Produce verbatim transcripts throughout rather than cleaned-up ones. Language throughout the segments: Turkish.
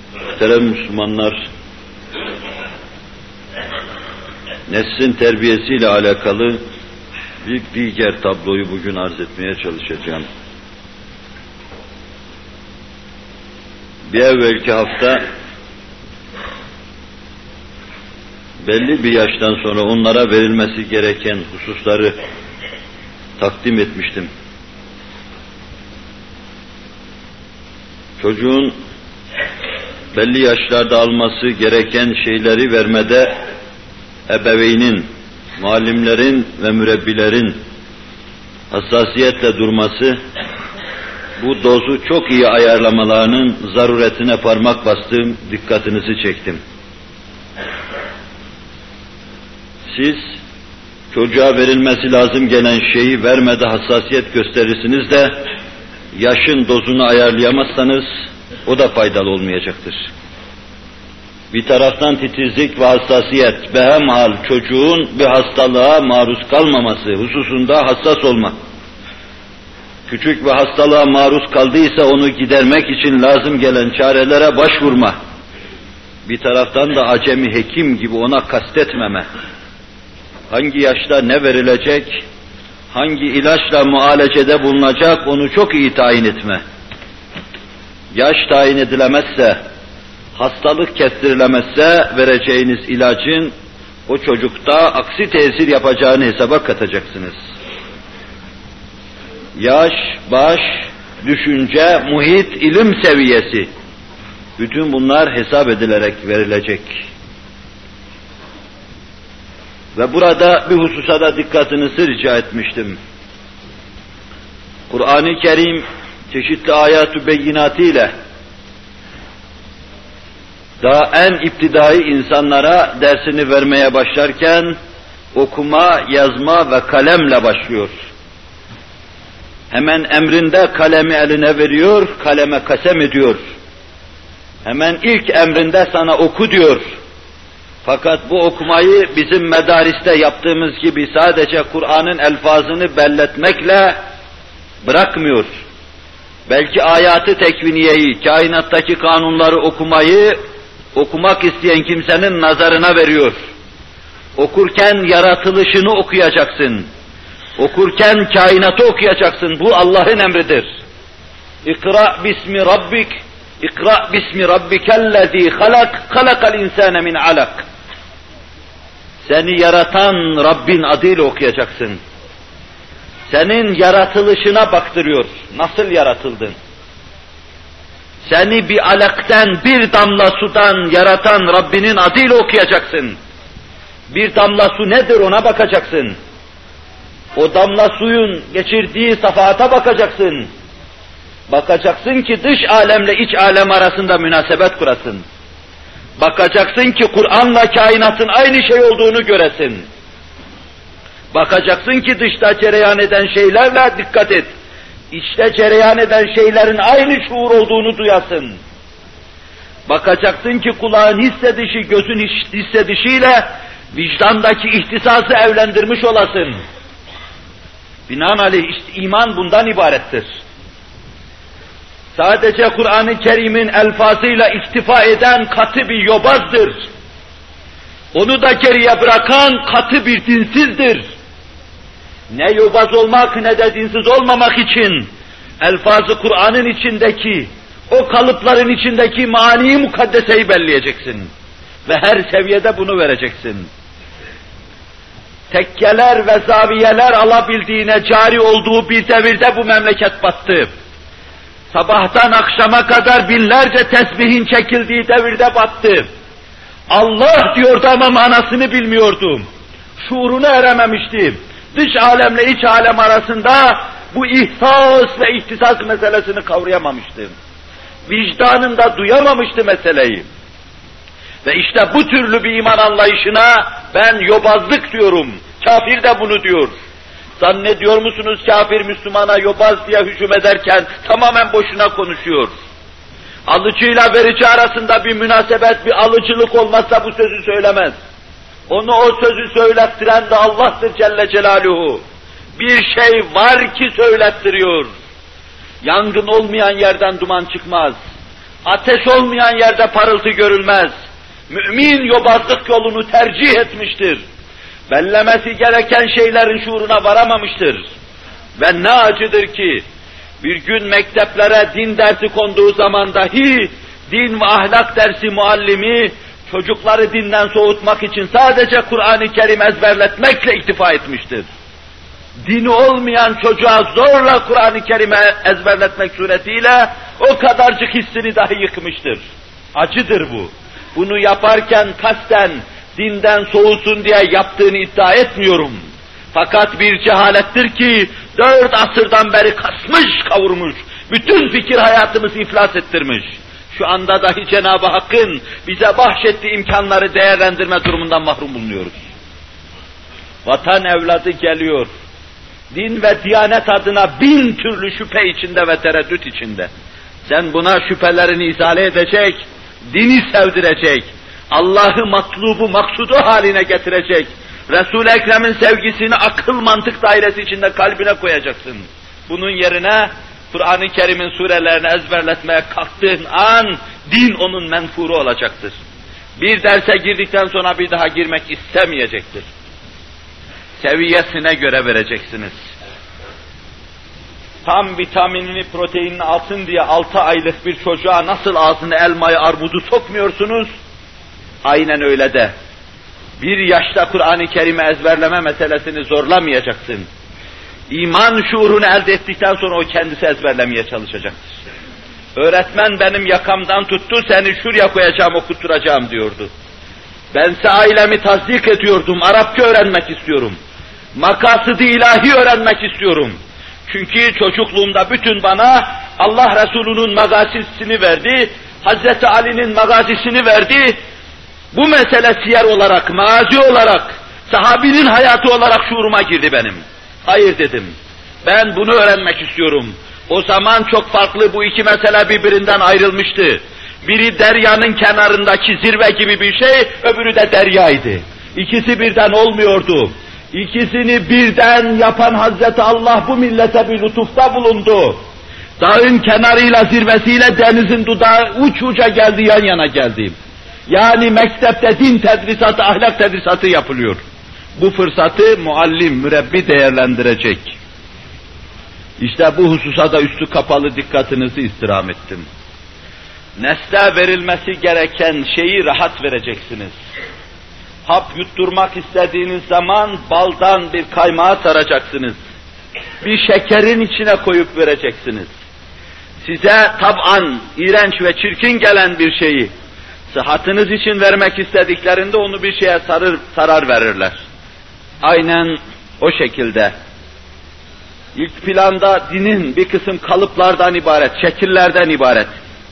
Muhterem Müslümanlar, neslin terbiyesiyle alakalı bir diğer tabloyu bugün arz etmeye çalışacağım. Bir evvelki hafta belli bir yaştan sonra onlara verilmesi gereken hususları takdim etmiştim. Çocuğun belli yaşlarda alması gereken şeyleri vermede ebeveynin, muallimlerin ve mürebbilerin hassasiyetle durması, bu dozu çok iyi ayarlamalarının zaruretine parmak bastığım, dikkatinizi çektim. Siz, çocuğa verilmesi lazım gelen şeyi vermede hassasiyet gösterirsiniz de, yaşın dozunu ayarlayamazsanız, o da faydalı olmayacaktır. Bir taraftan titizlik ve hassasiyet, behemhal çocuğun bir hastalığa maruz kalmaması hususunda hassas olma. Küçük bir hastalığa maruz kaldıysa onu gidermek için lazım gelen çarelere başvurma. Bir taraftan da acemi hekim gibi ona kastetmeme. Hangi yaşta ne verilecek, hangi ilaçla mualecede bulunacak onu çok iyi tayin etme. Yaş tayin edilemezse, hastalık kestirilemezse vereceğiniz ilacın o çocukta aksi tesir yapacağını hesaba katacaksınız. Yaş, baş, düşünce, muhit, ilim seviyesi, bütün bunlar hesap edilerek verilecek. Ve burada bir hususa da dikkatinizi rica etmiştim. Kur'an-ı Kerim çeşitli ayat-ı beyinatıyla daha en iptidai insanlara dersini vermeye başlarken okuma, yazma ve kalemle başlıyor. Hemen emrinde kalemi eline veriyor, kaleme kasem ediyor. Hemen ilk emrinde sana oku diyor. Fakat bu okumayı bizim medariste yaptığımız gibi sadece Kur'an'ın elfazını belletmekle bırakmıyor. Belki ayatı tekviniyeyi, kainattaki kanunları okumayı okumak isteyen kimsenin nazarına veriyor. Okurken yaratılışını okuyacaksın. Okurken kainatı okuyacaksın. Bu Allah'ın emridir. İkra bismi rabbik, ikra bismi rabbikellezî halak, halakal insâne min alak. Seni yaratan Rabbin adıyla okuyacaksın. Senin yaratılışına baktırıyor. Nasıl yaratıldın? Seni bir alakten, bir damla sudan yaratan Rabbinin adıyla okuyacaksın. Bir damla su nedir ona bakacaksın. O damla suyun geçirdiği safhata bakacaksın. Bakacaksın ki dış alemle iç alem arasında münasebet kurasın. Bakacaksın ki Kur'an'la kainatın aynı şey olduğunu göresin. Bakacaksın ki dışta cereyan eden şeylerle dikkat et. İçte cereyan eden şeylerin aynı şuur olduğunu duyasın. Bakacaksın ki kulağın hissedişi, gözün hissedişiyle vicdandaki ihtisası evlendirmiş olasın. Binaenaleyh işte iman bundan ibarettir. Sadece Kur'an-ı Kerim'in elfazıyla iktifa eden katı bir yobazdır. Onu da geriye bırakan katı bir dinsizdir. Ne yobaz olmak ne de dinsiz olmamak için elfazı Kur'an'ın içindeki, o kalıpların içindeki mani mukaddeseyi belleyeceksin. Ve her seviyede bunu vereceksin. Tekkeler ve zaviyeler alabildiğine cari olduğu bir devirde bu memleket battı. Sabahtan akşama kadar binlerce tesbihin çekildiği devirde battı. Allah diyordu ama manasını bilmiyordum. Şuuruna erememişti. Dış alemle iç alem arasında bu ihsas ve ihtisas meselesini kavrayamamıştı. Vicdanında duyamamıştı meseleyi. Ve işte bu türlü bir iman anlayışına ben yobazlık diyorum. Kafir de bunu diyor. Zannediyor musunuz kafir Müslümana yobaz diye hücum ederken tamamen boşuna konuşuyor. Alıcıyla verici arasında bir münasebet, bir alıcılık olmazsa bu sözü söylemez. Onu o sözü söylettiren de Allah'tır Celle Celaluhu. Bir şey var ki söylettiriyor. Yangın olmayan yerden duman çıkmaz. Ateş olmayan yerde parıltı görülmez. Mümin yobazlık yolunu tercih etmiştir. Bellemesi gereken şeylerin şuuruna varamamıştır. Ve ne acıdır ki, bir gün mekteplere din dersi konduğu zaman dahi, din ve ahlak dersi muallimi, çocukları dinden soğutmak için sadece Kur'an-ı Kerim ezberletmekle iktifa etmiştir. Dini olmayan çocuğa zorla Kur'an-ı Kerim'i ezberletmek suretiyle o kadarcık hissini dahi yıkmıştır. Acıdır bu. Bunu yaparken kasten dinden soğusun diye yaptığını iddia etmiyorum. Fakat bir cehalettir ki dört asırdan beri kasmış kavurmuş, bütün fikir hayatımızı iflas ettirmiş. Şu anda dahi Cenab-ı Hakk'ın bize bahşettiği imkanları değerlendirme durumundan mahrum bulunuyoruz. Vatan evladı geliyor. Din ve diyanet adına bin türlü şüphe içinde ve tereddüt içinde. Sen buna şüphelerini izale edecek, dini sevdirecek, Allah'ı matlubu, maksudu haline getirecek, Resul-i Ekrem'in sevgisini akıl mantık dairesi içinde kalbine koyacaksın. Bunun yerine Kur'an-ı Kerim'in surelerini ezberletmeye kalktığın an din onun menfuru olacaktır. Bir derse girdikten sonra bir daha girmek istemeyecektir. Seviyesine göre vereceksiniz. Tam vitaminini, proteinini alsın diye altı aylık bir çocuğa nasıl ağzına elmayı, armudu sokmuyorsunuz? Aynen öyle de. Bir yaşta Kur'an-ı Kerim'i ezberleme meselesini zorlamayacaksın. İman şuurunu elde ettikten sonra o kendisi ezberlemeye çalışacaktır. Öğretmen benim yakamdan tuttu, seni şuraya koyacağım, okutturacağım diyordu. Bense ailemi tasdik ediyordum, Arapça öğrenmek istiyorum. Makasıd-ı ilahi öğrenmek istiyorum. Çünkü çocukluğumda bütün bana Allah Resulü'nün magazisini verdi, Hazreti Ali'nin magazisini verdi. Bu mesele siyer olarak, magazi olarak, sahabinin hayatı olarak şuuruma girdi benim. Hayır dedim, ben bunu öğrenmek istiyorum. O zaman çok farklı bu iki mesele birbirinden ayrılmıştı. Biri deryanın kenarındaki zirve gibi bir şey, öbürü de deryaydı. İkisi birden olmuyordu. İkisini birden yapan Hazreti Allah bu millete bir lütufta bulundu. Dağın kenarıyla zirvesiyle denizin dudağı uç uca geldi, yan yana geldi. Yani mektepte din tedrisatı, ahlak tedrisatı yapılıyor. Bu fırsatı muallim, mürebbi değerlendirecek. İşte bu hususa da üstü kapalı dikkatinizi istirham ettim. Nesle verilmesi gereken şeyi rahat vereceksiniz. Hap yutturmak istediğiniz zaman baldan bir kaymağı saracaksınız. Bir şekerin içine koyup vereceksiniz. Size tab'an iğrenç ve çirkin gelen bir şeyi sıhhatiniz için vermek istediklerinde onu bir şeye sarır, sarar verirler. Aynen o şekilde. İlk planda dinin bir kısım kalıplardan ibaret, şekillerden ibaret.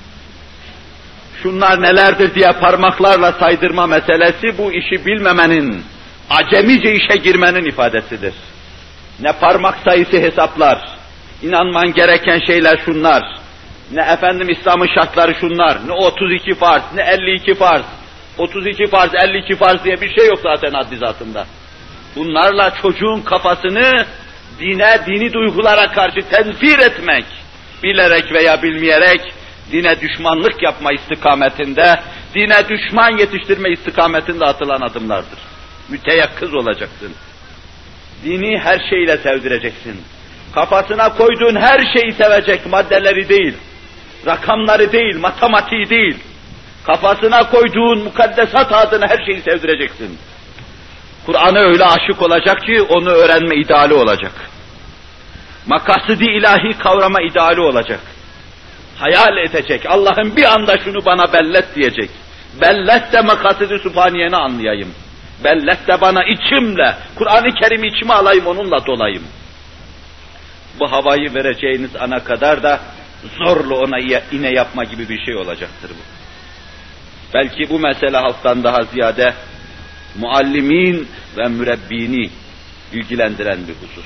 Şunlar nelerdir diye parmaklarla saydırma meselesi bu işi bilmemenin, acemice işe girmenin ifadesidir. Ne parmak sayısı hesaplar, inanman gereken şeyler şunlar, ne efendim İslam'ın şartları şunlar, ne otuz iki farz, ne elli iki farz, otuz iki farz, elli iki farz diye bir şey yok zaten haddizatında. Bunlarla çocuğun kafasını dine, dini duygulara karşı tenzir etmek, bilerek veya bilmeyerek dine düşmanlık yapma istikametinde, dine düşman yetiştirme istikametinde atılan adımlardır. Müteyakkız olacaksın. Dini her şeyle sevdireceksin. Kafasına koyduğun her şeyi sevecek, maddeleri değil, rakamları değil, matematiği değil. Kafasına koyduğun mukaddesat adına her şeyi sevdireceksin. Kur'an'a öyle aşık olacak ki onu öğrenme ideali olacak. Makasıd-ı ilahi kavrama ideali olacak. Hayal edecek, Allah'ın bir anda şunu bana bellet diyecek. Bellet de makasıd-ı sübhaniyeni anlayayım. Bellet de bana içimle, Kur'an-ı Kerim'i içime alayım, onunla dolayım. Bu havayı vereceğiniz ana kadar da zorla ona ine yapma gibi bir şey olacaktır bu. Belki bu mesele halktan daha ziyade muallimin ve mürebbini ilgilendiren bir husus.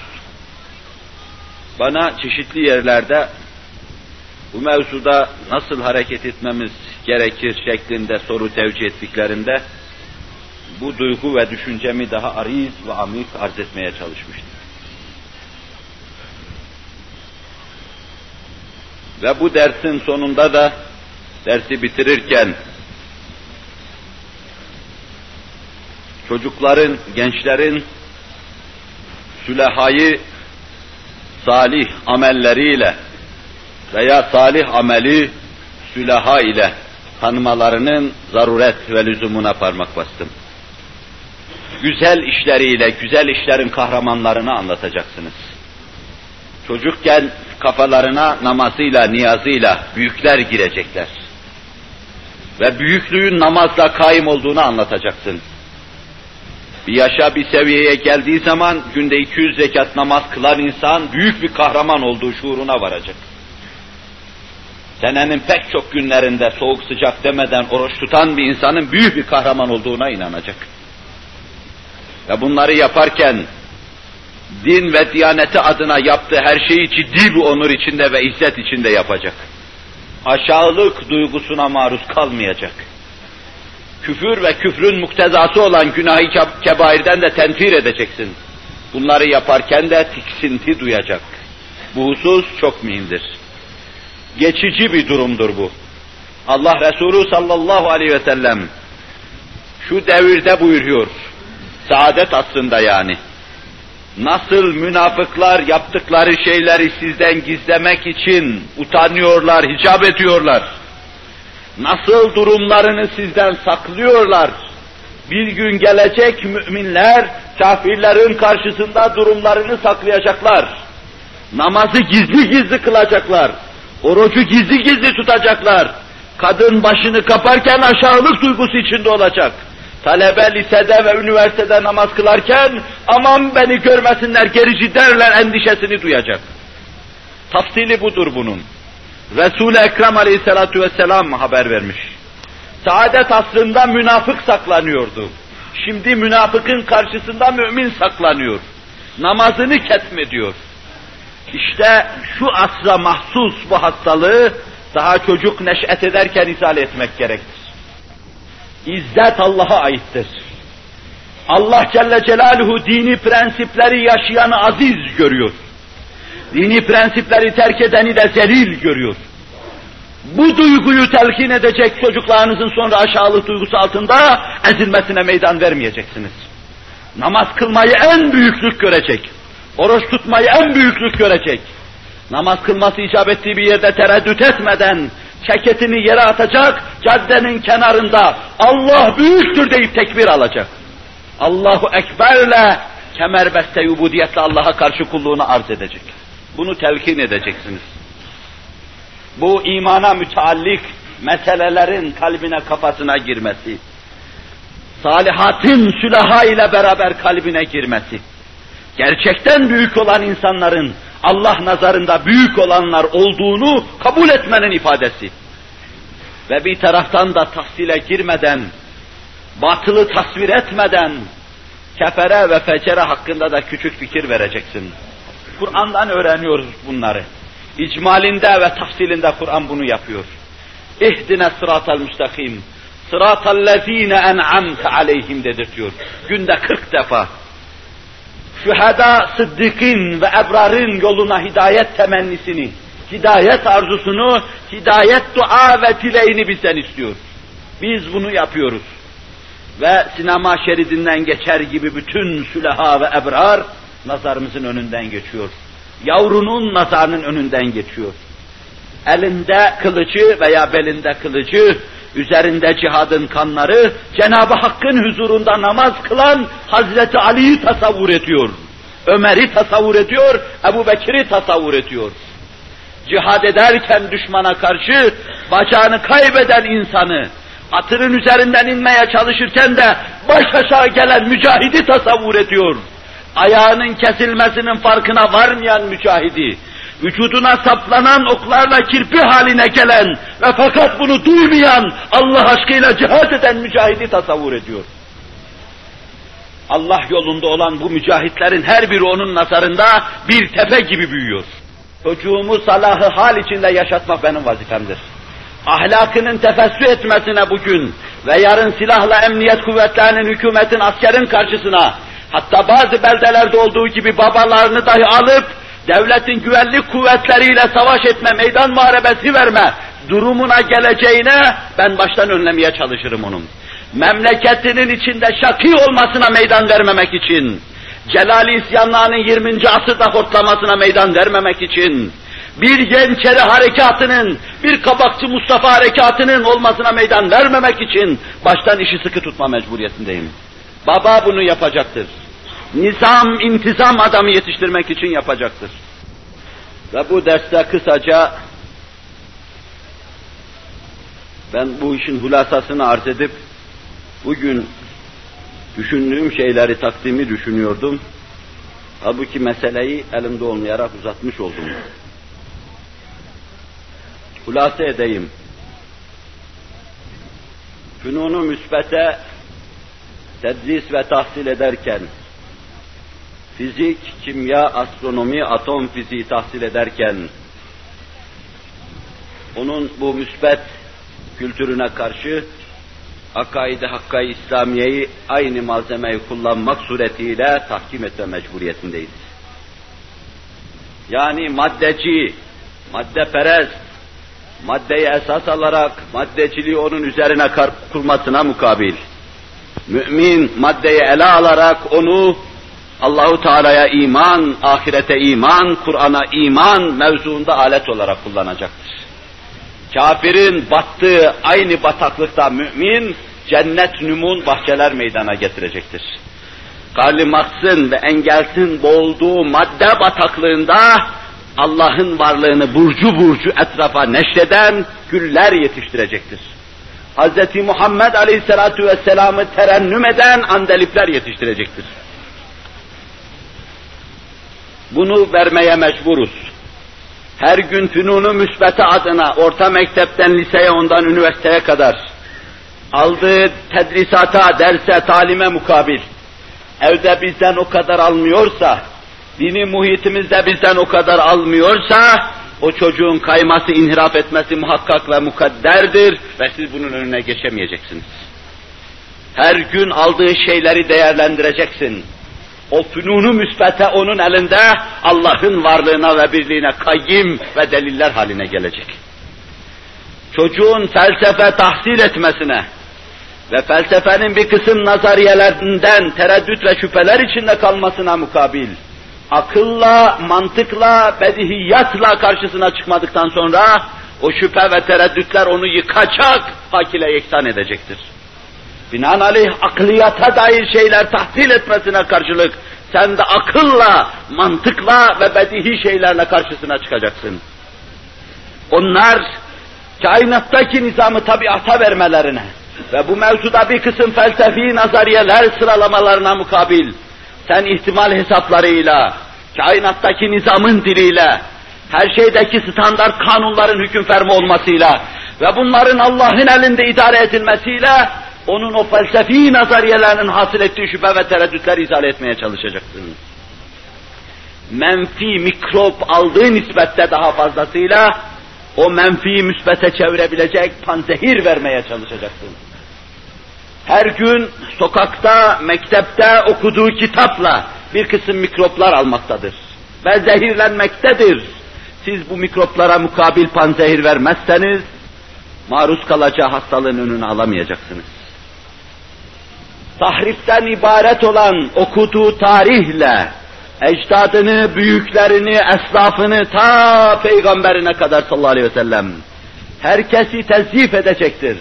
Bana çeşitli yerlerde bu mevzuda nasıl hareket etmemiz gerekir şeklinde soru tevcih ettiklerinde bu duygu ve düşüncemi daha ariz ve amik arz etmeye çalışmıştım. Ve bu dersin sonunda da dersi bitirirken çocukların, gençlerin sülehayı salih amelleriyle veya salih ameli sülaha ile tanımalarının zaruret ve lüzumuna parmak bastım. Güzel işleriyle, güzel işlerin kahramanlarını anlatacaksınız. Çocukken kafalarına namazıyla, niyazıyla büyükler girecekler. Ve büyüklüğün namazla kaim olduğunu anlatacaksın. Bir yaşa, bir seviyeye geldiği zaman günde iki yüz rekat namaz kılan insan büyük bir kahraman olduğu şuuruna varacak. Senenin pek çok günlerinde soğuk sıcak demeden oruç tutan bir insanın büyük bir kahraman olduğuna inanacak. Ve bunları yaparken din ve diyaneti adına yaptığı her şeyi ciddi bir onur içinde ve izzet içinde yapacak. Aşağılık duygusuna maruz kalmayacak. Küfür ve küfrün muktezası olan günah-ı kebairden de tenfir edeceksin. Bunları yaparken de tiksinti duyacak. Bu husus çok mühimdir. Geçici bir durumdur bu. Allah Resulü sallallahu aleyhi ve sellem şu devirde buyuruyor, saadet aslında yani, nasıl münafıklar yaptıkları şeyleri sizden gizlemek için utanıyorlar, hicap ediyorlar, nasıl durumlarını sizden saklıyorlar, bir gün gelecek müminler kafirlerin karşısında durumlarını saklayacaklar, namazı gizli gizli kılacaklar, orucu gizli gizli tutacaklar, kadın başını kaparken aşağılık duygusu içinde olacak, talebe lisede ve üniversitede namaz kılarken aman beni görmesinler, gerici derler endişesini duyacak. Tafsili budur bunun. Resul-i Ekrem aleyhissalatu vesselam haber vermiş. Saadet asrında münafık saklanıyordu. Şimdi münafıkın karşısında mümin saklanıyor. Namazını ketmediyor. İşte şu asra mahsus bu hastalığı daha çocuk neş'et ederken izale etmek gerektir. İzzet Allah'a aittir. Allah Celle Celaluhu dini prensipleri yaşayanı aziz görüyor. Dini prensipleri terk edeni de zelil görüyor. Bu duyguyu telkin edecek çocuklarınızın sonra aşağılık duygusu altında ezilmesine meydan vermeyeceksiniz. Namaz kılmayı en büyüklük görecek. Oruç tutmayı en büyüklük görecek. Namaz kılması icap ettiği bir yerde tereddüt etmeden ceketini yere atacak, caddenin kenarında Allah büyüktür deyip tekbir alacak. Allahu Ekber'le kemerbeste ubudiyetle Allah'a karşı kulluğunu arz edecek. Bunu telkin edeceksiniz. Bu imana müteallik meselelerin kalbine kafasına girmesi, salihatın sülaha ile beraber kalbine girmesi, gerçekten büyük olan insanların Allah nazarında büyük olanlar olduğunu kabul etmenin ifadesi. Ve bir taraftan da tahsile girmeden, batılı tasvir etmeden, kefere ve fecere hakkında da küçük fikir vereceksin. Kur'an'dan öğreniyoruz bunları. İcmalinde ve tafsilinde Kur'an bunu yapıyor. İhdine sıratal müstakim, sıratal lezine en'amte aleyhim dedirtiyor. Günde kırk defa. Şüheda, sıddıkın ve ebrarın yoluna hidayet temennisini, hidayet arzusunu, hidayet dua ve dileğini bizden istiyor. Biz bunu yapıyoruz. Ve sinema şeridinden geçer gibi bütün süleha ve ebrar nazarımızın önünden geçiyor. Yavrunun nazarının önünden geçiyor. Elinde kılıcı veya belinde kılıcı, üzerinde cihadın kanları, Cenab-ı Hakk'ın huzurunda namaz kılan Hazreti Ali'yi tasavvur ediyor. Ömer'i tasavvur ediyor, Ebu Bekir'i tasavvur ediyor. Cihad ederken düşmana karşı bacağını kaybeden insanı, atının üzerinden inmeye çalışırken de baş aşağı gelen mücahidi tasavvur ediyor. Ayağının kesilmesinin farkına varmayan mücahidi, vücuduna saplanan oklarla kirpi haline gelen ve fakat bunu duymayan, Allah aşkıyla cihad eden mücahidi tasavvur ediyor. Allah yolunda olan bu mücahitlerin her biri onun nazarında bir tepe gibi büyüyor. Çocuğumu salahı hal içinde yaşatmak benim vazifemdir. Ahlakının tefessü etmesine bugün ve yarın silahla emniyet kuvvetlerinin, hükümetin, askerin karşısına, hatta bazı beldelerde olduğu gibi babalarını dahi alıp devletin güvenlik kuvvetleriyle savaş etme, meydan muharebesi verme, durumuna geleceğine ben baştan önlemeye çalışırım onun. Memleketinin içinde şakî olmasına meydan vermemek için, Celali isyanlarının yirminci asırda hortlamasına meydan vermemek için, bir Yeniçeri harekatının, bir Kabakçı Mustafa harekatının olmasına meydan vermemek için baştan işi sıkı tutma mecburiyetindeyim. Baba bunu yapacaktır. Nizam, intizam adamı yetiştirmek için yapacaktır. Ve bu derste kısaca ben bu işin hulasasını arz edip bugün düşündüğüm şeyleri takdimi düşünüyordum. Halbuki meseleyi elimde olmayarak uzatmış oldum. Hulasa edeyim. Fünun-u müsbete tedris ve tahsil ederken, fizik, kimya, astronomi, atom fiziği tahsil ederken, onun bu müsbet kültürüne karşı akaid-i hakka-i İslamiye'yi aynı malzemeyi kullanmak suretiyle tahkim etme mecburiyetindeyiz. Yani maddeci, maddeperest, maddeyi esas alarak maddeciliği onun üzerine kurmasına mukabil, mümin maddeyi ele alarak onu Allahu Teala'ya iman, ahirete iman, Kur'an'a iman mevzuunda alet olarak kullanacaktır. Kafirin battığı aynı bataklıkta mümin, cennet nümun bahçeler meydana getirecektir. Karl Marx'ın ve Engels'in boğulduğu madde bataklığında Allah'ın varlığını burcu burcu etrafa neşreden güller yetiştirecektir. Hz. Muhammed Aleyhisselatü Vesselam'ı terennüm eden andalipler yetiştirecektir. Bunu vermeye mecburuz. Her gün fünunu müsbete adına orta mektepten liseye, ondan üniversiteye kadar aldığı tedrisata, derse, talime mukabil evde bizden o kadar almıyorsa, dini muhitimizde bizden o kadar almıyorsa, o çocuğun kayması, inhiraf etmesi muhakkak ve mukadderdir ve siz bunun önüne geçemeyeceksiniz. Her gün aldığı şeyleri değerlendireceksin. O fünunu müsbete onun elinde Allah'ın varlığına ve birliğine kayyim ve deliller haline gelecek. Çocuğun felsefe tahsil etmesine ve felsefenin bir kısım nazariyelerinden tereddüt ve şüpheler içinde kalmasına mukabil, akılla, mantıkla, bedihiyatla karşısına çıkmadıktan sonra o şüphe ve tereddütler onu yıkacak, hak ile yeksan edecektir. Binaenaleyh akliyata dair şeyler tahsil etmesine karşılık sen de akılla, mantıkla ve bedihi şeylerle karşısına çıkacaksın. Onlar kainattaki nizamı tabiata vermelerine ve bu mevzuda bir kısım felsefi nazariyeler sıralamalarına mukabil sen ihtimal hesaplarıyla, kainattaki nizamın diliyle, her şeydeki standart kanunların hüküm fermi olmasıyla ve bunların Allah'ın elinde idare edilmesiyle onun o felsefi nazariyelerinin hasıl ettiği şüphe ve tereddütleri izale etmeye çalışacaksın. Menfi mikrop aldığı nispette daha fazlasıyla o menfi müsbete çevirebilecek panzehir vermeye çalışacaksın. Her gün sokakta, mektepte okuduğu kitapla bir kısım mikroplar almaktadır ve zehirlenmektedir. Siz bu mikroplara mukabil panzehir vermezseniz maruz kalacağı hastalığın önünü alamayacaksınız. Tahriften ibaret olan okuduğu tarihle, ecdadını, büyüklerini, eslafını ta peygamberine kadar sallallahu aleyhi ve sellem herkesi tezyif edecektir.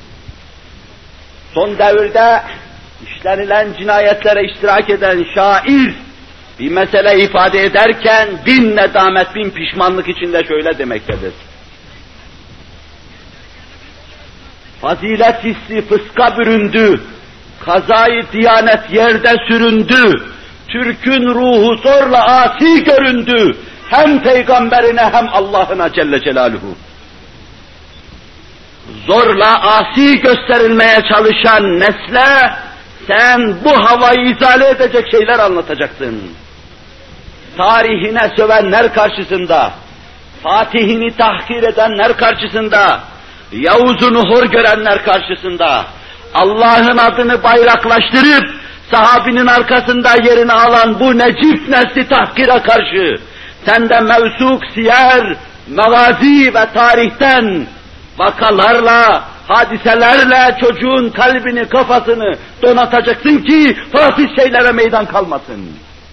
Son devirde işlenilen cinayetlere iştirak eden şair bir mesele ifade ederken bin nedamet, bin pişmanlık içinde şöyle demektedir. Fazilet hissi fıska büründü, kazayı diyanet yerde süründü, Türk'ün ruhu zorla asi göründü, hem peygamberine hem Allah'ına Celle Celaluhu. Zorla asi gösterilmeye çalışan nesle sen bu havayı izale edecek şeyler anlatacaksın. Tarihine sövenler karşısında, Fatih'ini tahkir edenler karşısında, Yavuz'unu hor görenler karşısında, Allah'ın adını bayraklaştırıp sahabinin arkasında yerini alan bu necip nesli tahkire karşı sen de mevsuk siyer, mevazi ve tarihten vakalarla, hadiselerle çocuğun kalbini, kafasını donatacaksın ki fasih şeylere meydan kalmasın.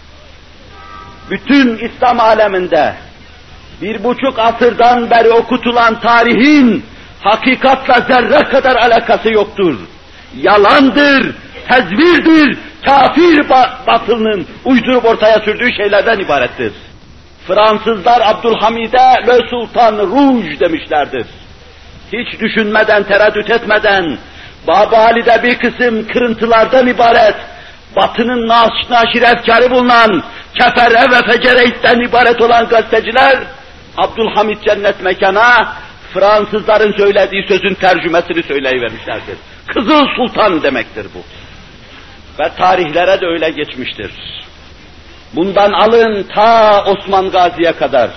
Bütün İslam aleminde bir buçuk asırdan beri okutulan tarihin hakikatla zerre kadar alakası yoktur. Yalandır, tezvirdir, kafir batılının uydurup ortaya sürdüğü şeylerden ibarettir. Fransızlar Abdülhamid'e Le Sultan Rouge demişlerdir. Hiç düşünmeden, tereddüt etmeden, Bab-ı Ali'de bir kısım kırıntılardan ibaret, Batı'nın naş, naşir efkarı bulunan, kefere ve fecereitten ibaret olan gazeteciler, Abdülhamid cennet mekana, Fransızların söylediği sözün tercümesini söyleyivermişlerdir. Kızıl Sultan demektir bu. Ve tarihlere de öyle geçmiştir. Bundan alın ta Osman Gazi'ye kadar.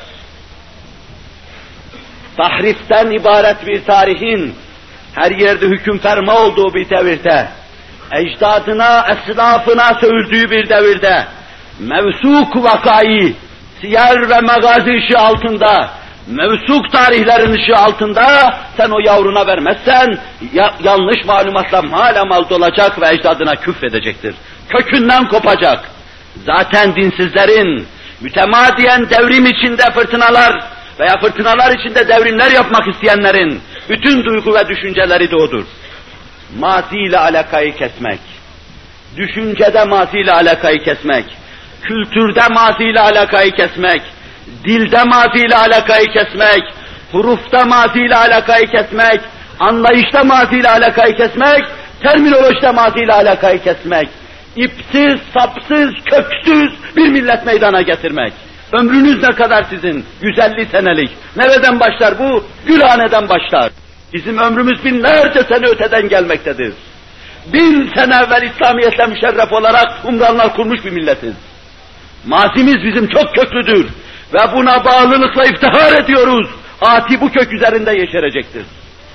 Tahriften ibaret bir tarihin her yerde hüküm ferma olduğu bir devirde, ecdadına, eslafına sövüldüğü bir devirde, mevsuk vakayı, siyer ve magazi ışığı altında, mevsuk tarihlerin ışığı altında sen o yavruna vermezsen, ya, yanlış malumatla malamal dolacak ve ecdadına küfredecektir. Kökünden kopacak. Zaten dinsizlerin, mütemadiyen devrim içinde fırtınalar veya fırtınalar içinde devrimler yapmak isteyenlerin bütün duygu ve düşünceleri de odur. Maziyle alakayı kesmek, düşüncede maziyle alakayı kesmek, kültürde maziyle alakayı kesmek, dilde maziyle alakayı kesmek, hurufta maziyle alakayı kesmek, anlayışta maziyle alakayı kesmek, terminolojide maziyle alakayı kesmek, ipsiz, sapsız, köksüz bir millet meydana getirmek. Ömrünüz ne kadar sizin? yüz elli senelik. Nereden başlar bu? Gülhane'den başlar. Bizim ömrümüz binlerce sene öteden gelmektedir. Bin sene evvel İslamiyetle müşerref olarak umranlar kurmuş bir milletiz. Mazimiz bizim çok köklüdür ve buna bağlılıkla iftihar ediyoruz. Ati bu kök üzerinde yeşerecektir.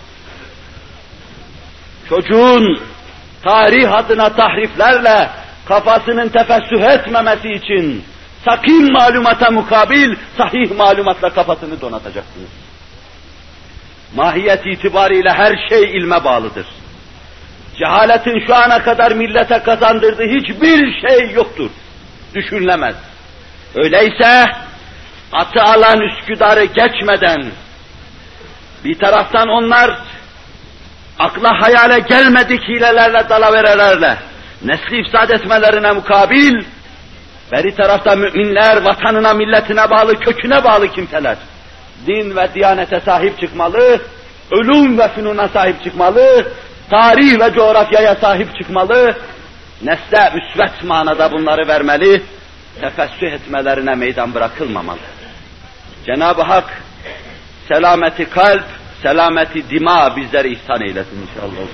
Çocuğun tarih adına tahriflerle kafasının tefessüh etmemesi için sakin malumata mukabil sahih malumatla kafasını donatacaksınız. Mahiyet itibariyle her şey ilme bağlıdır. Cehaletin şu ana kadar millete kazandırdığı hiçbir şey yoktur. Düşünülemez. Öyleyse atı alan Üsküdar'ı geçmeden bir taraftan onlar akla hayale gelmedik hilelerle, dalaverelerle nesli ifsad etmelerine mukabil, beri tarafta müminler vatanına, milletine bağlı, köküne bağlı kimseler din ve diyanete sahip çıkmalı, ölüm ve fünuna sahip çıkmalı, tarih ve coğrafyaya sahip çıkmalı, nesle müsvet manada bunları vermeli, tefessüh etmelerine meydan bırakılmamalı. Cenab-ı Hak selameti kalp, selameti dima bizlere ihsan eylesin inşallah.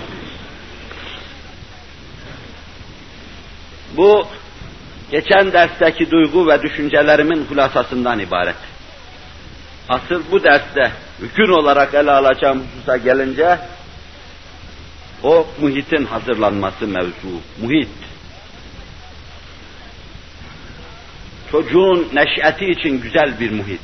Bu geçen dersteki duygu ve düşüncelerimin hulasasından ibaret. Asıl bu derste hüküm olarak ele alacağım hususa gelince o muhitin hazırlanması mevzu. Muhit. Çocuğun neş'eti için güzel bir muhit.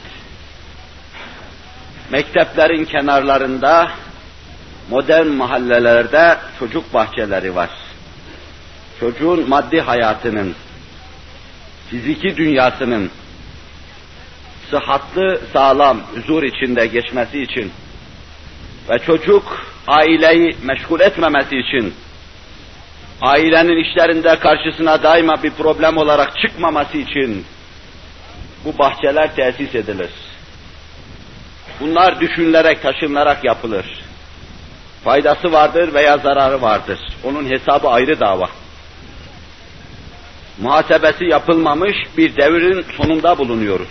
Mekteplerin kenarlarında, modern mahallelerde çocuk bahçeleri var. Çocuğun maddi hayatının, fiziki dünyasının sıhhatlı, sağlam, huzur içinde geçmesi için ve çocuk aileyi meşgul etmemesi için, ailenin işlerinde karşısına daima bir problem olarak çıkmaması için bu bahçeler tesis edilir. Bunlar düşünülerek, taşınılarak yapılır. Faydası vardır veya zararı vardır. Onun hesabı ayrı dava. Muhasebesi yapılmamış bir devrin sonunda bulunuyoruz.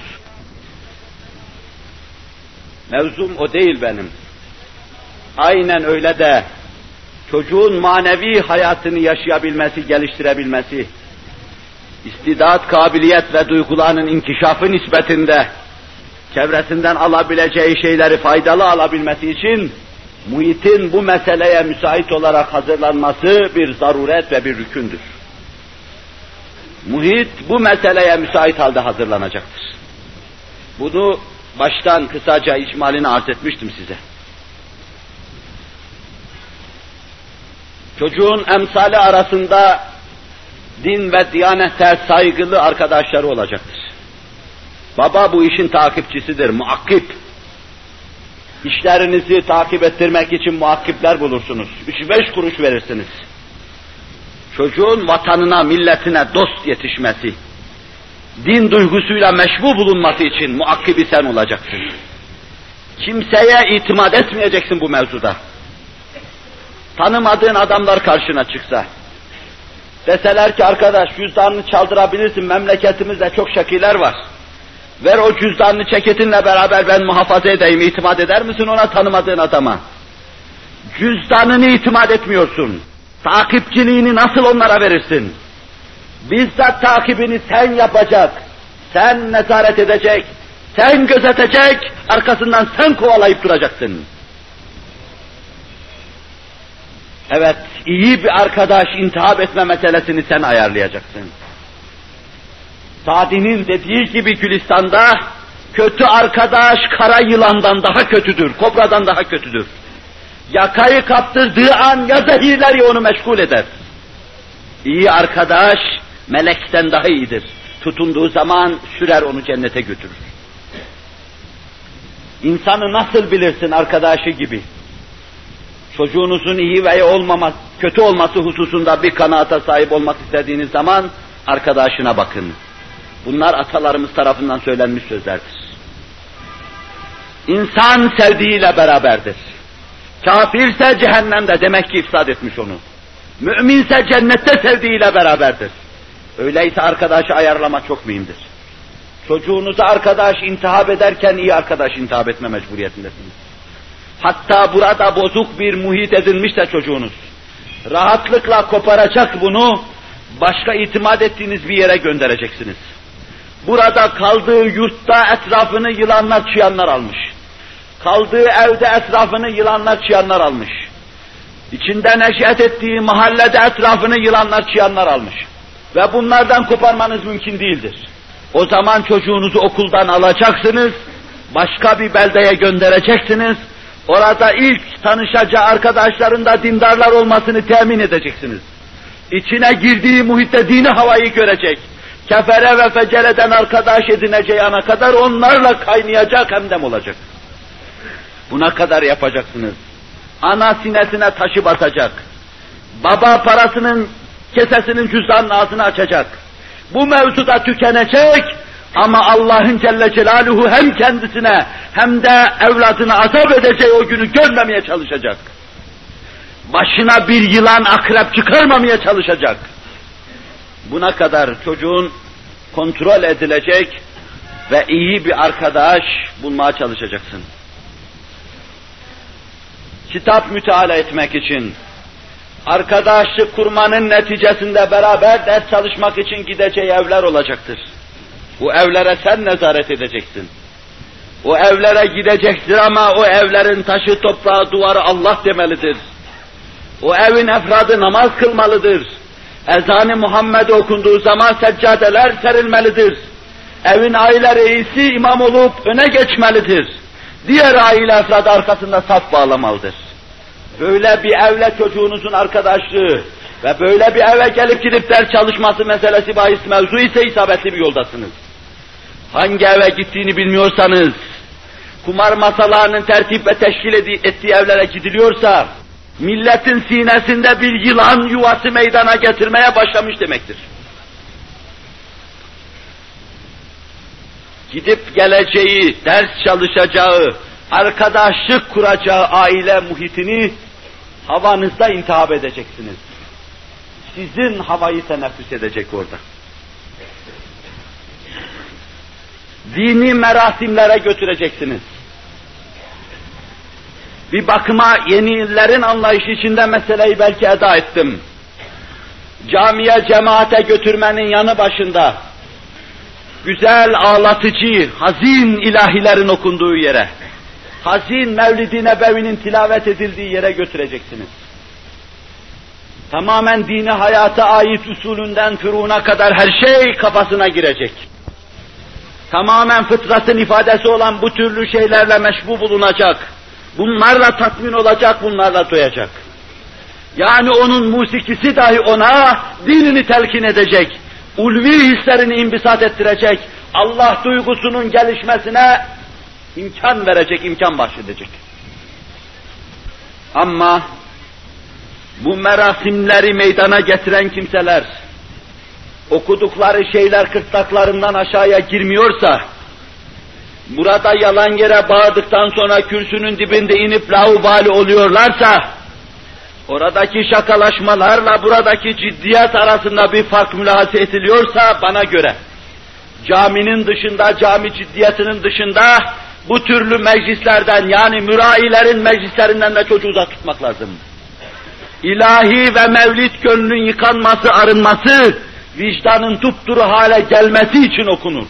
Mevzum o değil benim. Aynen öyle de çocuğun manevi hayatını yaşayabilmesi, geliştirebilmesi, istidat, kabiliyet ve duygularının inkişafı nispetinde çevresinden alabileceği şeyleri faydalı alabilmesi için muhitin bu meseleye müsait olarak hazırlanması bir zaruret ve bir rükündür. Muhit bu meseleye müsait halde hazırlanacaktır. Bunu baştan kısaca icmalini arz etmiştim size. Çocuğun emsali arasında din ve diyanete saygılı arkadaşları olacaktır. Baba bu işin takipçisidir, muakkip. İşlerinizi takip ettirmek için muakkipler bulursunuz. Üç beş kuruş verirsiniz. Çocuğun vatanına, milletine dost yetişmesi, din duygusuyla meşbu bulunması için muakkibi sen olacaksın. Kimseye itimat etmeyeceksin bu mevzuda. Tanımadığın adamlar karşına çıksa, deseler ki arkadaş cüzdanını çaldırabilirsin, memleketimizde çok şakiler var. Ver o cüzdanını ceketinle beraber ben muhafaza edeyim, itimat eder misin ona tanımadığın adama? Cüzdanını itimat etmiyorsun. Takipçiliğini nasıl onlara verirsin? Bizzat takibini sen yapacak, sen nezaret edecek, sen gözetecek, arkasından sen kovalayıp duracaksın. Evet, iyi bir arkadaş intihap etme meselesini sen ayarlayacaksın. Sadi'nin dediği gibi Gülistan'da, kötü arkadaş kara yılandan daha kötüdür, kobradan daha kötüdür. Yakayı kaptırdığı an ya zehirler ya onu meşgul eder. İyi arkadaş, melekten daha iyidir. Tutunduğu zaman sürer onu cennete götürür. İnsanı nasıl bilirsin arkadaşı gibi? Çocuğunuzun iyi veya olmaması, kötü olması hususunda bir kanaata sahip olmak istediğiniz zaman arkadaşına bakın. Bunlar atalarımız tarafından söylenmiş sözlerdir. İnsan sevdiğiyle beraberdir. Kafirse cehennemde, demek ki ifsad etmiş onu. Müminse cennette sevdiğiyle beraberdir. Öyleyse arkadaşı ayarlama çok mühimdir. Çocuğunuza arkadaş intihap ederken iyi arkadaş intihap etme mecburiyetindesiniz. Hatta burada bozuk bir muhit edinmişse çocuğunuz, rahatlıkla koparacak bunu, başka itimat ettiğiniz bir yere göndereceksiniz. Burada kaldığı yurtta etrafını yılanlar çıyanlar almış. Kaldığı evde etrafını yılanlar çıyanlar almış. İçinde neşet ettiği mahallede etrafını yılanlar çıyanlar almış. Ve bunlardan koparmanız mümkün değildir. O zaman çocuğunuzu okuldan alacaksınız, başka bir beldeye göndereceksiniz, orada ilk tanışacağı arkadaşlarında dindarlar olmasını temin edeceksiniz. İçine girdiği muhitte dini havayı görecek, kefere ve fecereden arkadaş edineceği ana kadar onlarla kaynayacak, hemdem olacak. Buna kadar yapacaksınız. Ana sinesine taşı basacak. Baba parasının, kesesinin cüzdanının ağzını açacak. Bu mevzuda tükenecek ama Allah'ın Celle Celaluhu hem kendisine hem de evladına azap edeceği o günü görmemeye çalışacak. Başına bir yılan, akrep çıkarmamaya çalışacak. Buna kadar çocuğun kontrol edilecek ve iyi bir arkadaş bulmaya çalışacaksın. Kitap müteala etmek için, arkadaşlık kurmanın neticesinde beraber ders çalışmak için gideceği evler olacaktır. Bu evlere sen nezaret edeceksin. O evlere gideceksin ama o evlerin taşı, toprağı, duvarı Allah demelidir. O evin efradı namaz kılmalıdır. Ezan-ı Muhammed okunduğu zaman seccadeler serilmelidir. Evin aile reisi imam olup öne geçmelidir. Diğer aile efradı arkasında saf bağlamalıdır. Böyle bir evle çocuğunuzun arkadaşlığı ve böyle bir eve gelip gidip ders çalışması meselesi bahis mevzu ise isabetli bir yoldasınız. Hangi eve gittiğini bilmiyorsanız, kumar masalarının tertip ve teşkil ettiği evlere gidiliyorsa, milletin sinesinde bir yılan yuvası meydana getirmeye başlamış demektir. Gidip geleceği, ders çalışacağı, arkadaşlık kuracağı aile muhitini havanızda intihap edeceksiniz. Sizin havayı teneffüs edecek orada. Dini merasimlere götüreceksiniz. Bir bakıma yenilerin anlayışı içinde meseleyi belki eda ettim. Camiye, cemaate götürmenin yanı başında, güzel, ağlatıcı, hazin ilahilerin okunduğu yere, hazin Mevlid-i Nebevi'nin tilavet edildiği yere götüreceksiniz. Tamamen dini hayata ait usulünden fırûna kadar her şey kafasına girecek. Tamamen fıtratın ifadesi olan bu türlü şeylerle meşbu bulunacak. Bunlarla tatmin olacak, bunlarla doyacak. Yani onun musikisi dahi ona dinini telkin edecek, ulvi hislerini imbisat ettirecek, Allah duygusunun gelişmesine imkan verecek, imkan bahşedecek. Ama bu merasimleri meydana getiren kimseler, okudukları şeyler kırtlaklarından aşağıya girmiyorsa, burada yalan yere bağırdıktan sonra kürsünün dibinde inip laubali oluyorlarsa, oradaki şakalaşmalarla buradaki ciddiyet arasında bir fark mülahase ediliyorsa bana göre, caminin dışında, cami ciddiyetinin dışında bu türlü meclislerden yani mürailerin meclislerinden de çocuğu uzak tutmak lazım. İlahi ve mevlid gönlünün yıkanması, arınması, vicdanın dupduru hale gelmesi için okunur.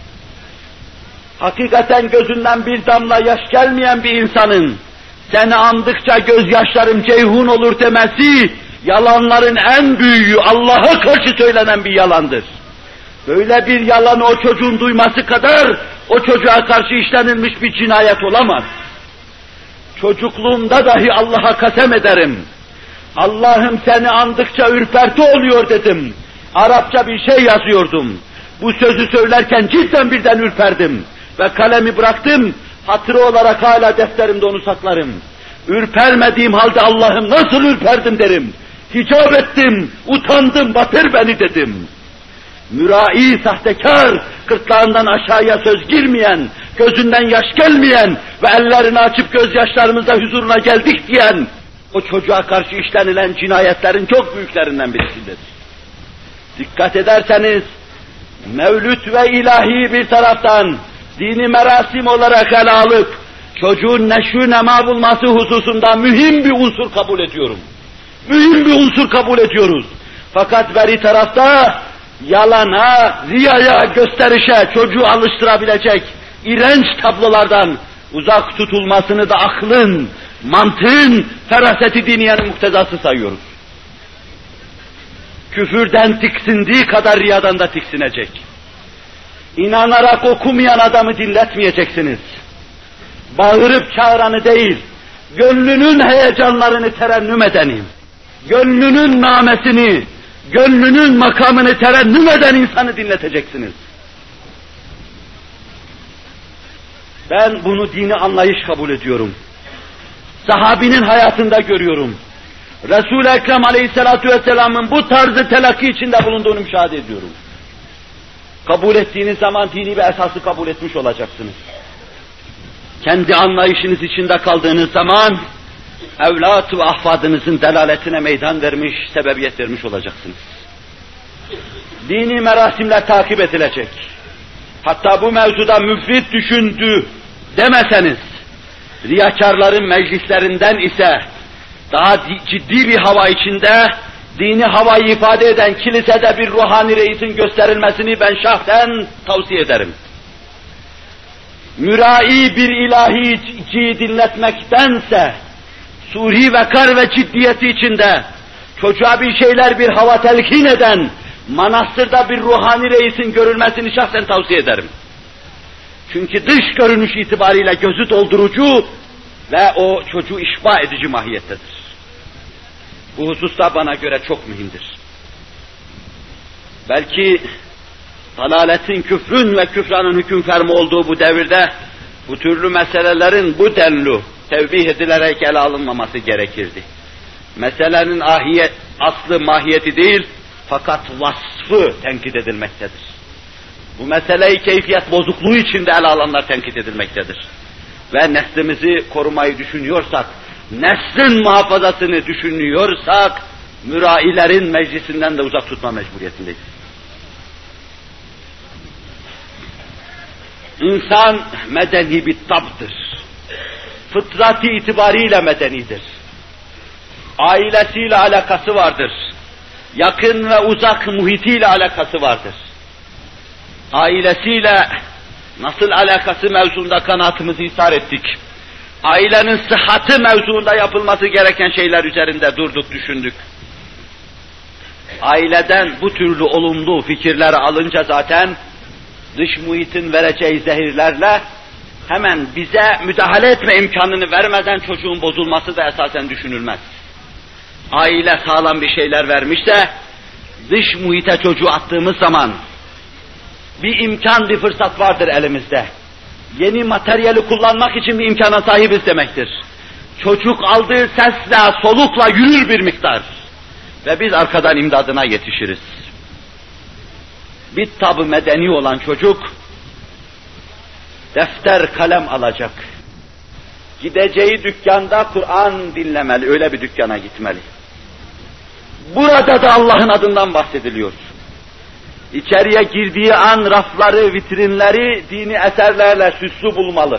Hakikaten gözünden bir damla yaş gelmeyen bir insanın, seni andıkça gözyaşlarım ceyhun olur demesi, yalanların en büyüğü, Allah'a karşı söylenen bir yalandır. Böyle bir yalanı o çocuğun duyması kadar, o çocuğa karşı işlenilmiş bir cinayet olamaz. Çocukluğumda dahi Allah'a kasem ederim. Allah'ım seni andıkça ürperti oluyor dedim. Arapça bir şey yazıyordum. Bu sözü söylerken cidden birden ürperdim. Ve kalemi bıraktım, hatırı olarak hala defterimde onu saklarım. Ürpermediğim halde Allah'ım nasıl ürperdim derim. Hicap ettim, utandım, batır beni dedim. Mürai, sahtekar, gırtlağından aşağıya söz girmeyen, gözünden yaş gelmeyen ve ellerini açıp gözyaşlarımızla huzuruna geldik diyen, o çocuğa karşı işlenilen cinayetlerin çok büyüklerinden birisidir. Dikkat ederseniz, mevlüt ve ilahi bir taraftan, dini merasim olarak ele alıp, çocuğun neşü nema bulması hususunda mühim bir unsur kabul ediyorum. Mühim bir unsur kabul ediyoruz. Fakat beri tarafta, yalana, riyaya, gösterişe çocuğu alıştırabilecek iğrenç tablolardan uzak tutulmasını da aklın, mantığın, feraseti diniyenin muktezası sayıyoruz. Küfürden tiksindiği kadar riyadan da tiksinecek. İnanarak okumayan adamı dinletmeyeceksiniz. Bağırıp çağıranı değil, gönlünün heyecanlarını terennüm edeni, gönlünün namesini, gönlünün makamını terennüm eden insanı dinleteceksiniz. Ben bunu dini anlayış kabul ediyorum. Sahabinin hayatında görüyorum. Resul-i Ekrem Aleyhisselatü Vesselam'ın bu tarzı telakki içinde bulunduğunu müşahede ediyorum. Kabul ettiğiniz zaman dini bir esası kabul etmiş olacaksınız. Kendi anlayışınız içinde kaldığınız zaman evlat ve ahfadınızın delaletine meydan vermiş, sebebiyet vermiş olacaksınız. Dini merasimler takip edilecek. Hatta bu mevzuda müfrit düşündü demeseniz, riyakarların meclislerinden ise daha ciddi bir hava içinde, dini havayı ifade eden kilisede bir ruhani reisin gösterilmesini ben şahsen tavsiye ederim. Mürai bir ilahiciyi dinletmektense, suri vekar ve ciddiyeti içinde, çocuğa bir şeyler, bir hava telkin eden, manastırda bir ruhani reisin görülmesini şahsen tavsiye ederim. Çünkü dış görünüş itibariyle gözü doldurucu ve o çocuğu işba edici mahiyettedir. Bu hususta bana göre çok mühimdir. Belki dalaletin, küfrün ve küfranın hüküm fermi olduğu bu devirde bu türlü meselelerin bu denli tevbih edilerek ele alınmaması gerekirdi. Meselenin ahiyet, aslı mahiyeti değil, fakat vasfı tenkit edilmektedir. Bu meseleyi keyfiyet bozukluğu içinde ele alanlar tenkit edilmektedir. Ve neslimizi korumayı düşünüyorsak, neslin muhafazasını düşünüyorsak, mürailerin meclisinden de uzak tutma mecburiyetindeyiz. İnsan medeni bir tabdır. Fıtratı itibariyle medenidir. Ailesiyle alakası vardır. Yakın ve uzak muhitiyle alakası vardır. Ailesiyle nasıl alakası mevzuunda kanaatımızı ishar ettik. Ailenin sıhhati mevzuunda yapılması gereken şeyler üzerinde durduk, düşündük. Aileden bu türlü olumlu fikirleri alınca zaten dış muhitin vereceği zehirlerle hemen bize müdahale etme imkanını vermeden çocuğun bozulması da esasen düşünülmez. aile sağlam bir şeyler vermişse, dış muhite çocuğu attığımız zaman, bir imkan, bir fırsat vardır elimizde. Yeni materyali kullanmak için bir imkana sahibiz demektir. Çocuk aldığı sesle, solukla yürür bir miktar. Ve biz arkadan imdadına yetişiriz. Bir tabi medeni olan çocuk, defter kalem alacak. Gideceği dükkanda Kur'an dinlemeli, öyle bir dükkana gitmeli. Burada da Allah'ın adından bahsediliyor. İçeriye girdiği an rafları, vitrinleri dini eserlerle süslü bulmalı.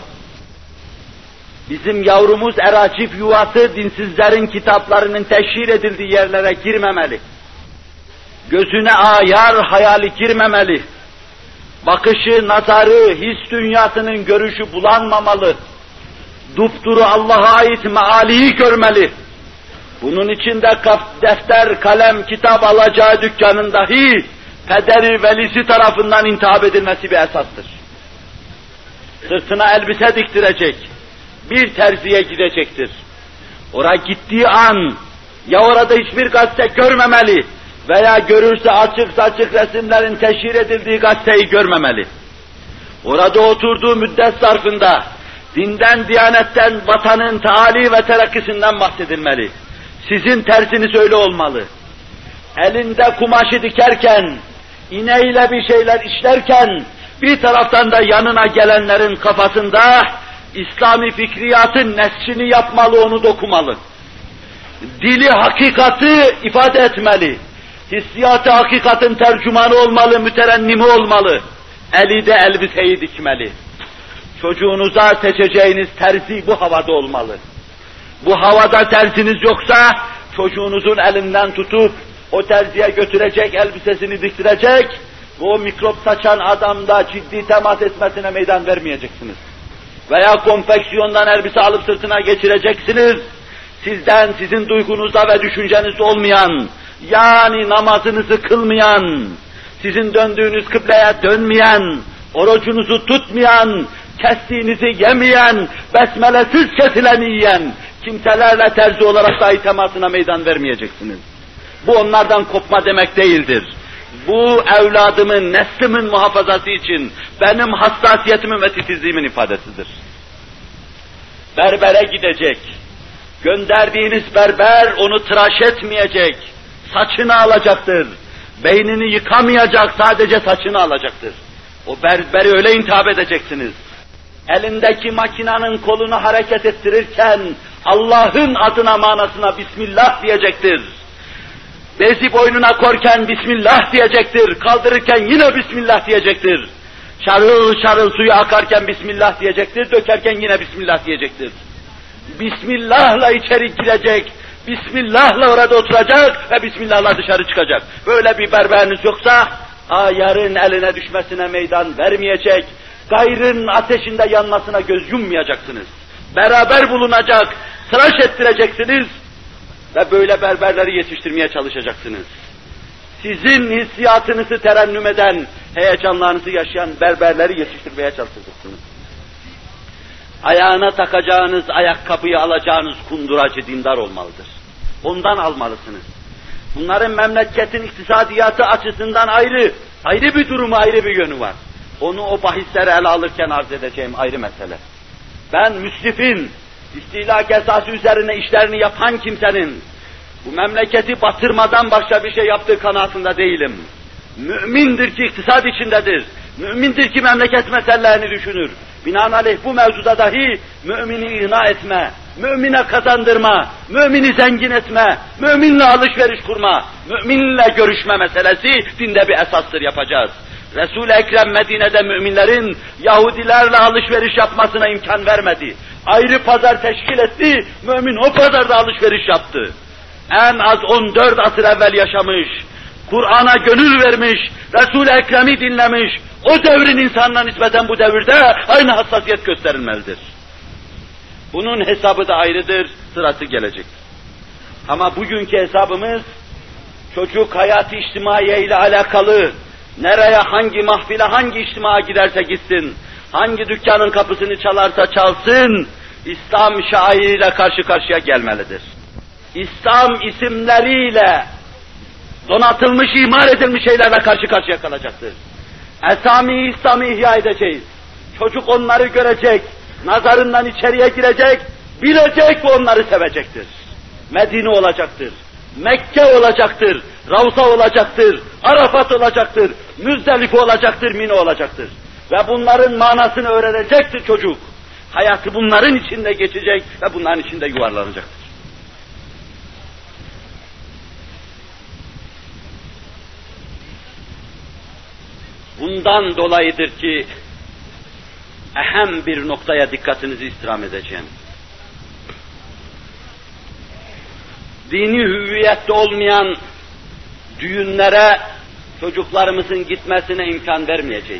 Bizim yavrumuz Eracif yuvası dinsizlerin kitaplarının teşhir edildiği yerlere girmemeli. Gözüne ayar, hayali girmemeli. Bakışı, nazarı, his dünyasının görüşü bulanmamalı. Dupduru Allah'a ait mealiyi görmeli. Bunun için de defter, kalem, kitap alacağı dükkanın dahi pederi, velisi tarafından intihap edilmesi bir esastır. Sırtına elbise diktirecek, bir terziye gidecektir. Oraya gittiği an, ya orada hiçbir gazete görmemeli veya görürse açık saçık resimlerin teşhir edildiği gazeteyi görmemeli. Orada oturduğu müddet zarfında, dinden, diyanetten, vatanın taali ve terakkisinden bahsedilmeli. Sizin tersiniz öyle olmalı. Elinde kumaşı dikerken, ineğiyle bir şeyler işlerken, bir taraftan da yanına gelenlerin kafasında İslami fikriyatın nesçini yapmalı, onu dokumalı. Dili hakikati ifade etmeli. Hissiyatı hakikatin tercümanı olmalı, müterennimi olmalı. Eli de elbiseyi dikmeli. Çocuğunuza seçeceğiniz terzi bu havada olmalı. Bu havada terziniz yoksa, çocuğunuzun elinden tutup, o terziye götürecek, elbisesini diktirecek, ve o mikrop saçan adamda ciddi temas etmesine meydan vermeyeceksiniz. Veya konfeksiyondan elbise alıp sırtına geçireceksiniz, sizden, sizin duygunuzda ve düşüncenizde olmayan, yani namazınızı kılmayan, sizin döndüğünüz kıbleye dönmeyen, orucunuzu tutmayan, kestiğinizi yemeyen, besmelesiz kesileni yiyen kimselerle terzi olarak dahi temasına meydan vermeyeceksiniz. Bu onlardan kopma demek değildir. Bu evladımın, neslimin muhafazası için benim hassasiyetimin ve titizliğimin ifadesidir. Berbere gidecek. Gönderdiğiniz berber onu tıraş etmeyecek. Saçını alacaktır. Beynini yıkamayacak, sadece saçını alacaktır. O berberi öyle intihap edeceksiniz. Elindeki makinanın kolunu hareket ettirirken Allah'ın adına manasına Bismillah diyecektir. Bezi boynuna korken Bismillah diyecektir. Kaldırırken yine Bismillah diyecektir. Şarıl şarıl suyu akarken Bismillah diyecektir. Dökerken yine Bismillah diyecektir. Bismillah'la içeri girecek. Bismillah'la orada oturacak ve Bismillah'la dışarı çıkacak. Böyle bir berberiniz yoksa ayarın eline düşmesine meydan vermeyecek. Gayrın ateşinde yanmasına göz yummayacaksınız. Beraber bulunacak, tıraş ettireceksiniz ve böyle berberleri yetiştirmeye çalışacaksınız. Sizin hissiyatınızı terennüm eden, heyecanlarınızı yaşayan berberleri yetiştirmeye çalışacaksınız. Ayağına takacağınız ayakkabıyı alacağınız kunduracı dindar olmalıdır. Ondan almalısınız. Bunların memleketin iktisadiyatı açısından ayrı, ayrı bir durumu, ayrı bir yönü var. Onu o bahisleri ele alırken arz edeceğim ayrı mesele. Ben müsrifin, istilak esası üzerine işlerini yapan kimsenin, bu memleketi batırmadan başka bir şey yaptığı kanaatinde değilim. Mümindir ki iktisad içindedir. Mümindir ki memleket meselelerini düşünür. Binaenaleyh bu mevzuda dahi mümini ihna etme, mümine kazandırma, mümini zengin etme, müminle alışveriş kurma, müminle görüşme meselesi dinde bir esastır, yapacağız. Resul-i Ekrem Medine'de müminlerin Yahudilerle alışveriş yapmasına imkan vermedi. Ayrı pazar teşkil etti, mümin o pazarda alışveriş yaptı. En az on dört asır evvel yaşamış, Kur'an'a gönül vermiş, Resul-i Ekrem'i dinlemiş, o devrin insanına nispeten bu devirde aynı hassasiyet gösterilmelidir. Bunun hesabı da ayrıdır, sırası gelecek. Ama bugünkü hesabımız, çocuk hayatı içtimaiye ile alakalı, nereye, hangi mahfile, hangi içtimaya giderse gitsin, hangi dükkanın kapısını çalarsa çalsın, İslam şairiyle karşı karşıya gelmelidir. İslam isimleriyle donatılmış, imar edilmiş şeylerle karşı karşıya kalacaktır. Esami İslam'ı ihya edeceğiz. Çocuk onları görecek, nazarından içeriye girecek, bilecek ve onları sevecektir. Medine olacaktır, Mekke olacaktır, Ravza olacaktır, Arafat olacaktır, Müzdelife olacaktır, Mine olacaktır. Ve bunların manasını öğrenecektir çocuk. Hayatı bunların içinde geçecek ve bunların içinde yuvarlanacaktır. Bundan dolayıdır ki ehem bir noktaya dikkatinizi istirham edeceğim. Dini hüviyette olmayan düğünlere çocuklarımızın gitmesine imkan vermeyeceğiz.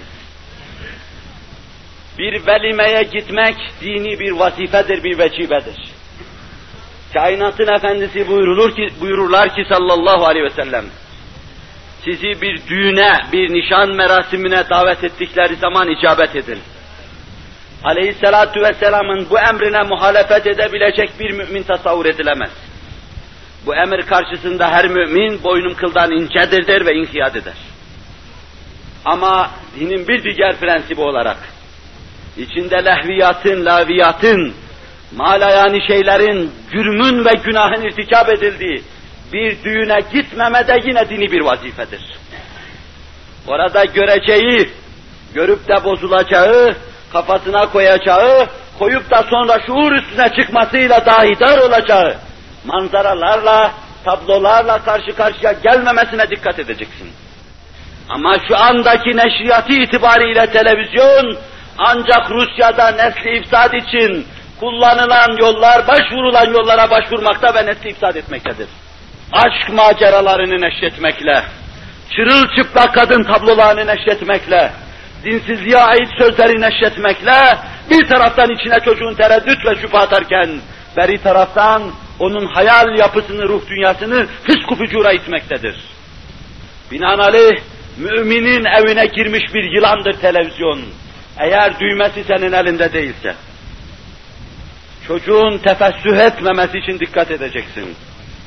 Bir velimeye gitmek dini bir vazifedir, bir vecibedir. Kainatın efendisi buyurulur ki, buyururlar ki sallallahu aleyhi ve sellem, sizi bir düğüne, bir nişan merasimine davet ettikleri zaman icabet edin. Aleyhissalatu vesselamın bu emrine muhalefet edebilecek bir mümin tasavvur edilemez. Bu emir karşısında her mümin boynum kıldan incedir der ve inkiyat eder. Ama dinin bir diğer prensibi olarak, içinde lehviyatın, laviyatın, malayani şeylerin, cürmün ve günahın irtikab edildiği bir düğüne gitmeme de yine dini bir vazifedir. Orada göreceği, görüp de bozulacağı, kafasına koyacağı, koyup da sonra şuur üstüne çıkmasıyla dahidar olacağı manzaralarla, tablolarla karşı karşıya gelmemesine dikkat edeceksin. Ama şu andaki neşriyatı itibariyle televizyon, ancak Rusya'da nesli ifsad için kullanılan yollar, başvurulan yollara başvurmakta ve nesli ifsad etmektedir. Aşk maceralarını neşretmekle, çırılçıplak kadın tablolarını neşretmekle, dinsizliğe ait sözleri neşretmekle, bir taraftan içine çocuğun tereddüt ve şüphe atarken, beri taraftan onun hayal yapısını, ruh dünyasını fısk-ı fücura itmektedir. Binaenaleyh, müminin evine girmiş bir yılandır televizyon. Eğer düğmesi senin elinde değilse, çocuğun tefessüh etmemesi için dikkat edeceksin.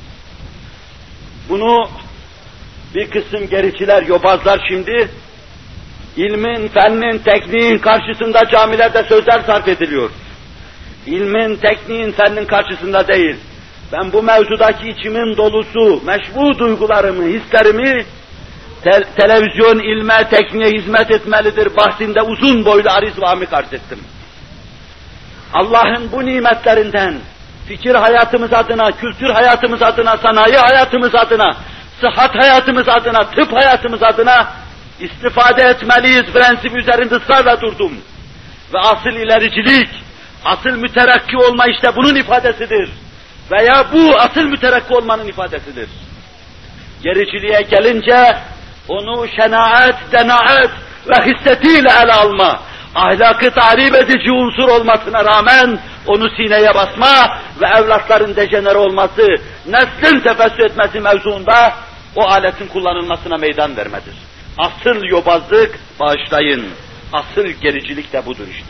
Bunu bir kısım gericiler, yobazlar şimdi, ilmin, fennin, tekniğin karşısında camilerde sözler sarf ediliyor. İlmin, tekniğin, fennin karşısında değil. Ben bu mevzudaki içimin dolusu, meşbu duygularımı, hislerimi, te televizyon ilme, tekniğe hizmet etmelidir bahsinde uzun boylu ariz ve amik arz ettim. Allah'ın bu nimetlerinden, fikir hayatımız adına, kültür hayatımız adına, sanayi hayatımız adına, sıhhat hayatımız adına, tıp hayatımız adına istifade etmeliyiz prensibi üzerinde ısrarla durdum. Ve asıl ilericilik, asıl müterakki olma işte bunun ifadesidir. Veya bu asıl müterakki olmanın ifadesidir. Gericiliğe gelince onu şenaat, denaat ve hissetiyle ele alma, ahlakı tahrip edici unsur olmasına rağmen onu sineye basma ve evlatların dejenere olması, neslin tefessü etmesi mevzuunda o aletin kullanılmasına meydan vermedir. Asıl yobazlık, bağışlayın, asıl gericilik de budur işte.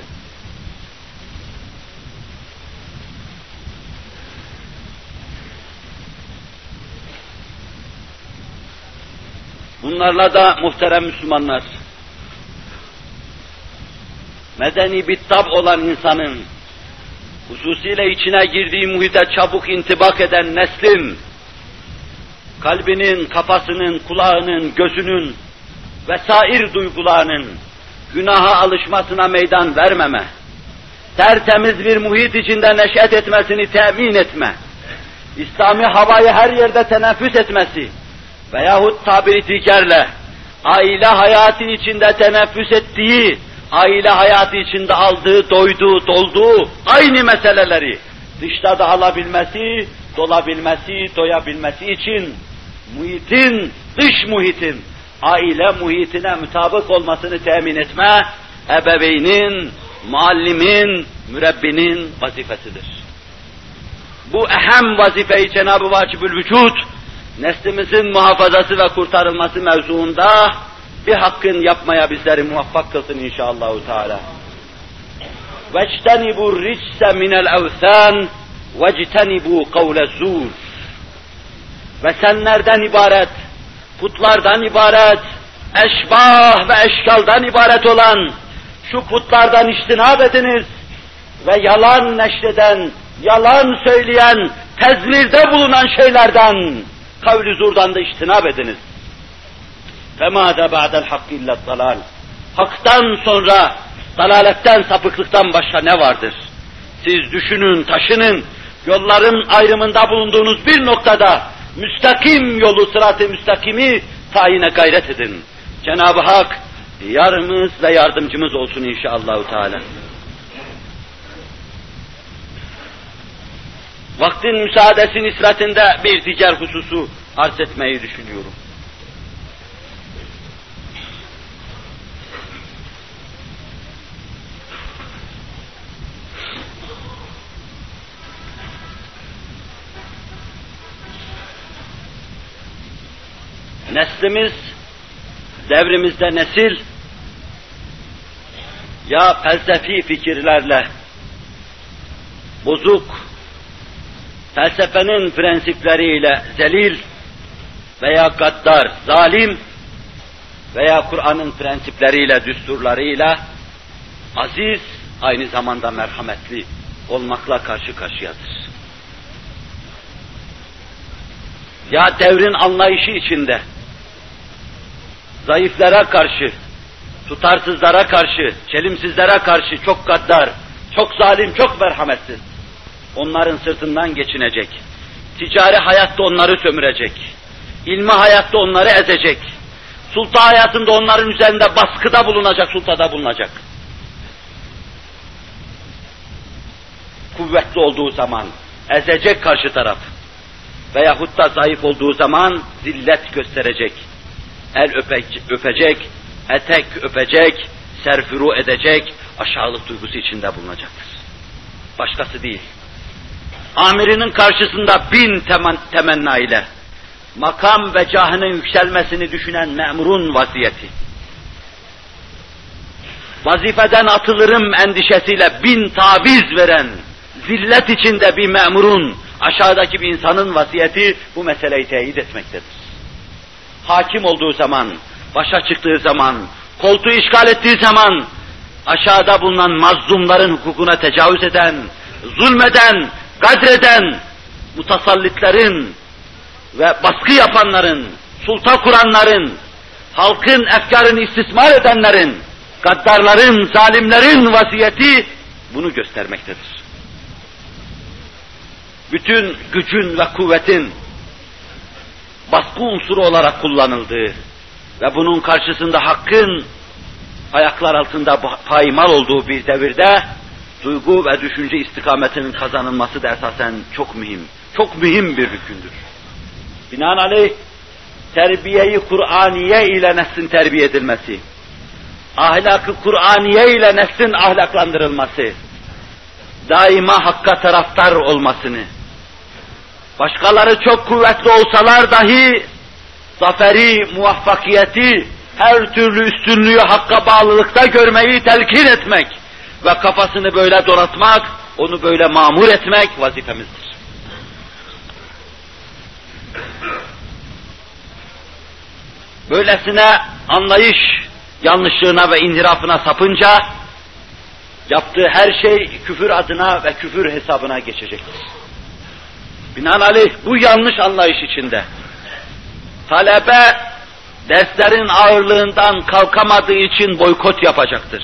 Bunlarla da muhterem Müslümanlar, medeni bir tab olan insanın, hususiyle içine girdiği muhite çabuk intibak eden neslin, kalbinin, kafasının, kulağının, gözünün vesair duygularının günaha alışmasına meydan vermeme, tertemiz bir muhit içinde neşet etmesini temin etme, İslami havayı her yerde teneffüs etmesi veyahut tabiri diğerle aile hayatı içinde teneffüs ettiği, aile hayatı içinde aldığı, doyduğu, dolduğu aynı meseleleri dışta da alabilmesi, dolabilmesi, doyabilmesi için muhitin, dış muhitin, aile muhitine mutabık olmasını temin etme, ebeveynin, muallimin, mürebbinin vazifesidir. Bu ehem vazifeyi Cenab-ı Vacibül Vücud, neslimizin muhafazası ve kurtarılması mevzuunda bir hakkın yapmaya bizleri muvaffak kılsın inşallahü teala. وَاجْتَنِبُوا الرِّجْسَ مِنَ الْاَوْثَانِ وَاجْتَنِبُوا قَوْلَ الزُّورِ ve senlerden ibaret, putlardan ibaret, eşbah ve eşkaldan ibaret olan şu putlardan içtinab ediniz ve yalan neşreden, yalan söyleyen, tezvirde bulunan şeylerden, kavl-i zurdan da içtinab ediniz. فَمَادَ بَعْدَ الْحَقِّ اِلَّا الضَّلَالِ Hak'tan sonra dalaletten, sapıklıktan başka ne vardır? Siz düşünün, taşının, yolların ayrımında bulunduğunuz bir noktada müstakim yolu, sırat-ı müstakimi tayine gayret edin. Cenab-ı Hak yarımız ve yardımcımız olsun inşallahü teala. Vaktin müsaadesi nispetinde bir diğer hususu arz etmeyi düşünüyorum. Neslimiz, devrimizde nesil, ya felsefi fikirlerle, bozuk, felsefenin prensipleriyle zelil veya gaddar, zalim veya Kur'an'ın prensipleriyle, düsturlarıyla aziz, aynı zamanda merhametli olmakla karşı karşıyadır. Ya devrin anlayışı içinde, zayıflara karşı, tutarsızlara karşı, çelimsizlere karşı çok gaddar, çok zalim, çok merhametsiz. Onların sırtından geçinecek. Ticari hayatta onları sömürecek. İlmi hayatta onları ezecek. Sulta hayatında onların üzerinde baskıda bulunacak, sultada bulunacak. Kuvvetli olduğu zaman ezecek karşı taraf. Veyahut da zayıf olduğu zaman zillet gösterecek. El öpecek, öpecek, etek öpecek, serfuru edecek, aşağılık duygusu içinde bulunacaktır. Başkası değil. Amirinin karşısında bin temen, temenna ile makam ve cahının yükselmesini düşünen memurun vaziyeti. Vazifeden atılırım endişesiyle bin taviz veren, zillet içinde bir memurun, aşağıdaki bir insanın vaziyeti bu meseleyi teyit etmektedir. Hakim olduğu zaman, başa çıktığı zaman, koltuğu işgal ettiği zaman, aşağıda bulunan mazlumların hukukuna tecavüz eden, zulmeden, gadreden, mutasallitlerin ve baskı yapanların, sulta kuranların, halkın efkarını istismar edenlerin, gaddarların, zalimlerin vaziyeti bunu göstermektedir. Bütün gücün ve kuvvetin baskı unsuru olarak kullanıldığı ve bunun karşısında hakkın ayaklar altında paymal olduğu bir devirde duygu ve düşünce istikametinin kazanılması da esasen çok mühim, çok mühim bir rükündür. Binaenaleyh terbiyeyi Kur'aniye ile neslin terbiye edilmesi, ahlakı Kur'aniye ile neslin ahlaklandırılması, daima hakka taraftar olmasını, başkaları çok kuvvetli olsalar dahi zaferi, muvaffakiyeti, her türlü üstünlüğü hakka bağlılıkta görmeyi telkin etmek ve kafasını böyle donatmak, onu böyle mamur etmek vazifemizdir. Böylesine anlayış yanlışlığına ve inhirafına sapınca yaptığı her şey küfür adına ve küfür hesabına geçecektir. Binaenaleyh bu yanlış anlayış içinde talebe derslerin ağırlığından kalkamadığı için boykot yapacaktır.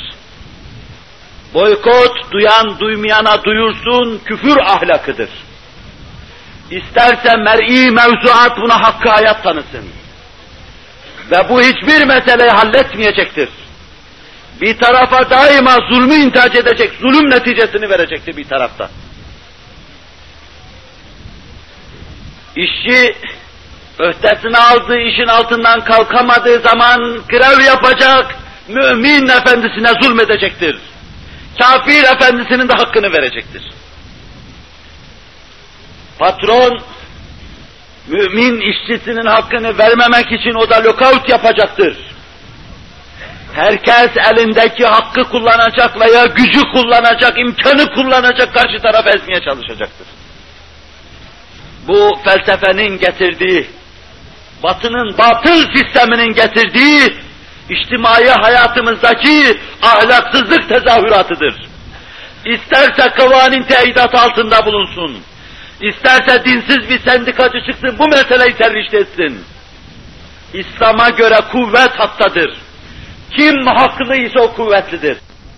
Boykot duyan duymayana duyursun küfür ahlakıdır. İsterse mer'i mevzuat buna hakkı hayat tanısın. Ve bu hiçbir meseleyi halletmeyecektir. Bir tarafa daima zulmü intihac edecek, zulüm neticesini verecektir bir tarafta. İşçi öhdesine aldığı işin altından kalkamadığı zaman grev yapacak, mümin efendisine zulmedecektir. Kafir efendisinin de hakkını verecektir. Patron, mümin işçisinin hakkını vermemek için o da lockout yapacaktır. Herkes elindeki hakkı kullanacak veya gücü kullanacak, imkanı kullanacak, karşı taraf ezmeye çalışacaktır. bu felsefenin getirdiği, Batı'nın batıl sisteminin getirdiği, içtimai hayatımızdaki ahlaksızlık tezahüratıdır. İsterse kıvanin teyyidat altında bulunsun, isterse dinsiz bir sendikacı çıksın bu meseleyi tercih etsin. İslam'a göre kuvvet haktadır. Kim haklıysa o kuvvetlidir.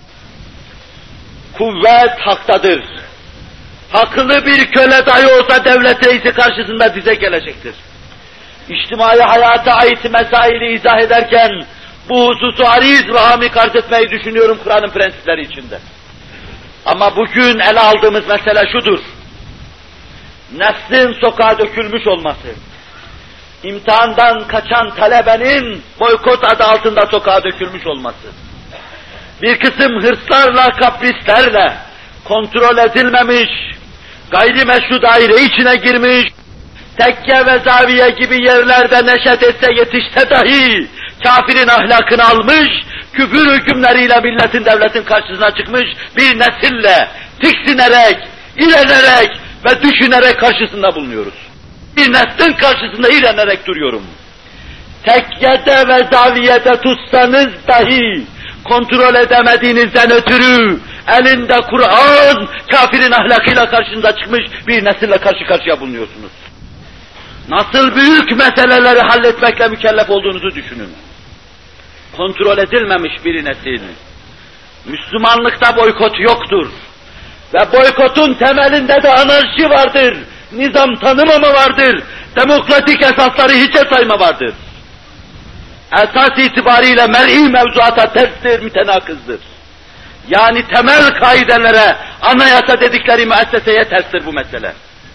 Kuvvet haktadır. Haklı bir köle dahi olsa devlet reisi karşısında dize gelecektir. İçtimai hayata ait mesaili izah ederken bu hususu ariz ve amik arz etmeyi düşünüyorum Kur'an'ın prensipleri içinde. Ama bugün ele aldığımız mesele şudur. Neslin sokağa dökülmüş olması. İmtihandan kaçan talebenin boykot adı altında sokağa dökülmüş olması. Bir kısım hırslarla, kaprislerle kontrol edilmemiş, gayrimeşru daire içine girmiş, tekke ve zaviye gibi yerlerde neşet etse yetişse dahi kafirin ahlakını almış, küfür hükümleriyle milletin devletin karşısına çıkmış bir nesille tiksinerek, iğrenerek ve düşünerek karşısında bulunuyoruz. Bir neslin karşısında iğrenerek duruyorum. Tekkede ve zaviyede tutsanız dahi kontrol edemediğinizden ötürü elinde Kur'an kafirin ahlakıyla karşınıza çıkmış bir nesille karşı karşıya bulunuyorsunuz. Nasıl büyük meseleleri halletmekle mükellef olduğunuzu düşünün. Kontrol edilmemiş bir nesil. Müslümanlıkta boykot yoktur. Ve boykotun temelinde de anarşi vardır. Nizam tanımama vardır. Demokratik esasları hiçe sayma vardır. Esas itibariyle mer'i mevzuata terstir, mütenakızdır. Yani temel kaidelere, anayasa dedikleri müesseseye terstir bu mesele.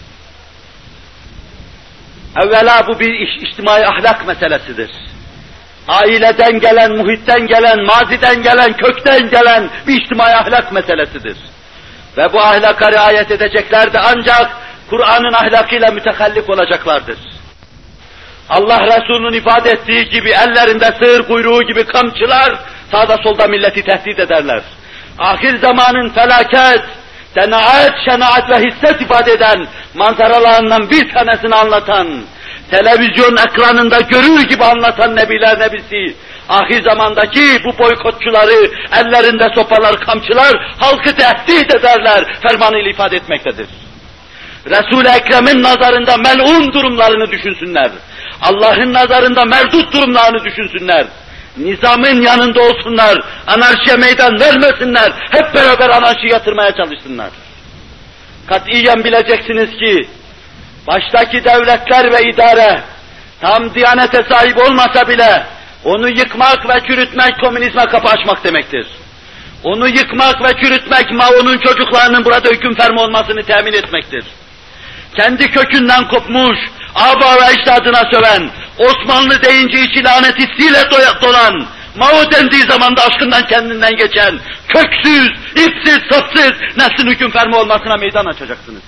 Evvela bu bir iş, içtimai ahlak meselesidir. Aileden gelen, muhitten gelen, maziden gelen, kökten gelen bir içtimai ahlak meselesidir. Ve bu ahlaka riayet edecekler de ancak Kur'an'ın ahlakıyla mütehallik olacaklardır. Allah Resulü'nün ifade ettiği gibi ellerinde sığır kuyruğu gibi kamçılar sağda solda milleti tehdit ederler. Ahir zamanın felaket, senaat, şenaat ve hisset ifade eden manzaralarından bir tanesini anlatan, televizyon ekranında görür gibi anlatan Nebiler Nebisi, ahir zamandaki bu boykotçuları, ellerinde sopalar, kamçılar, halkı tehdit ederler, fermanıyla ifade etmektedir. Resul-i Ekrem'in nazarında mel'un durumlarını düşünsünler. Allah'ın nazarında merdut durumlarını düşünsünler. Nizamın yanında olsunlar, anarşiye meydan vermesinler, hep beraber anarşi yatırmaya çalışsınlar. Katiyen bileceksiniz ki, baştaki devletler ve idare, tam diyanete sahip olmasa bile, onu yıkmak ve çürütmek komünizme kapı açmak demektir. Onu yıkmak ve çürütmek, Mao'nun çocuklarının burada hüküm fermi olmasını temin etmektir. Kendi kökünden kopmuş, aba ve ecdadına söven, Osmanlı deyince içi lanet hissiyle dolan, Mao dendiği zaman da aşkından kendinden geçen, köksüz, ipsiz, sapsız, neslin hüküm fermi olmasına meydan açacaksınız.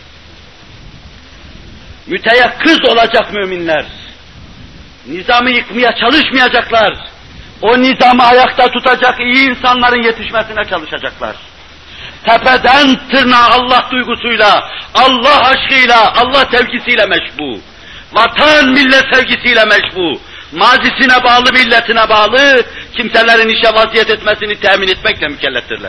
Müteyakkız olacak müminler. Nizamı yıkmaya çalışmayacaklar. O nizamı ayakta tutacak iyi insanların yetişmesine çalışacaklar. Tepeden tırnağa Allah duygusuyla, Allah aşkıyla, Allah sevgisiyle meşbu. Vatan millet sevgisiyle meşbu. Mazisine bağlı, milletine bağlı, kimselerin işe vaziyet etmesini temin etmekle mükelleftirler.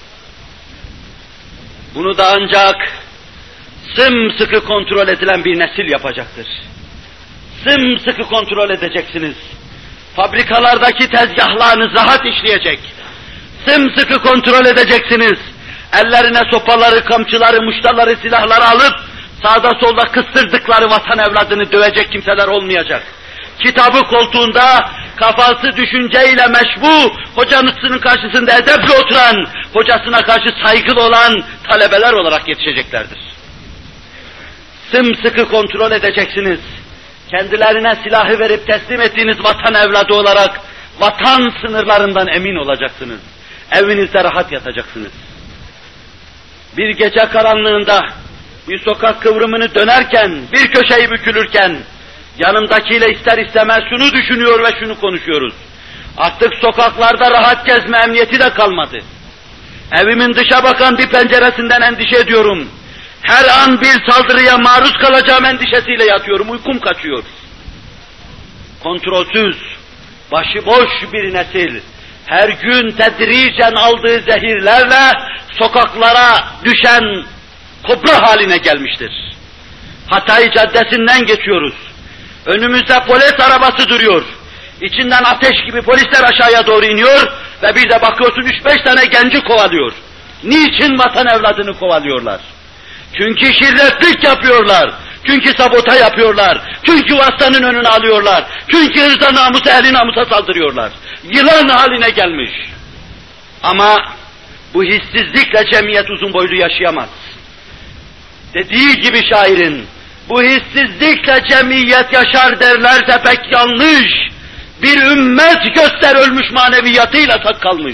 Bunu da ancak sımsıkı kontrol edilen bir nesil yapacaktır. Sımsıkı kontrol edeceksiniz. Fabrikalardaki tezgahlarınız rahat işleyecek. Sımsıkı kontrol edeceksiniz. Ellerine sopaları, kamçıları, muştaları, silahları alıp sağda solda kıstırdıkları vatan evladını dövecek kimseler olmayacak. Kitabı koltuğunda kafası düşünceyle meşbu, hocanın karşısında edeple oturan, hocasına karşı saygılı olan talebeler olarak yetişeceklerdir. Sımsıkı kontrol edeceksiniz. Kendilerine silahı verip teslim ettiğiniz vatan evladı olarak vatan sınırlarından emin olacaksınız. Evinizde rahat yatacaksınız. Bir gece karanlığında bir sokak kıvrımını dönerken, bir köşeyi bükülürken yanımdakiyle ister istemez şunu düşünüyor ve şunu konuşuyoruz. Artık sokaklarda rahat gezme emniyeti de kalmadı. Evimin dışa bakan bir penceresinden endişe ediyorum. Her an bir saldırıya maruz kalacağım endişesiyle yatıyorum, uykum kaçıyor. Kontrolsüz, başıboş bir nesil, her gün tedricen aldığı zehirlerle sokaklara düşen kobra haline gelmiştir. Hatay Caddesi'nden geçiyoruz. Önümüzde polis arabası duruyor. İçinden ateş gibi polisler aşağıya doğru iniyor ve bir de bakıyorsun üç beş tane genci kovalıyor. Niçin vatan evladını kovalıyorlar? Çünkü şirretlik yapıyorlar. Çünkü sabota yapıyorlar. Çünkü vatanın önünü alıyorlar. Çünkü hırza namusa, ehli namusa saldırıyorlar. Yılan haline gelmiş. Ama bu hissizlikle cemiyet uzun boylu yaşayamaz. Dediği gibi şairin, bu hissizlikle cemiyet yaşar derlerse pek yanlış. Bir ümmet göster ölmüş maneviyatıyla tak kalmış.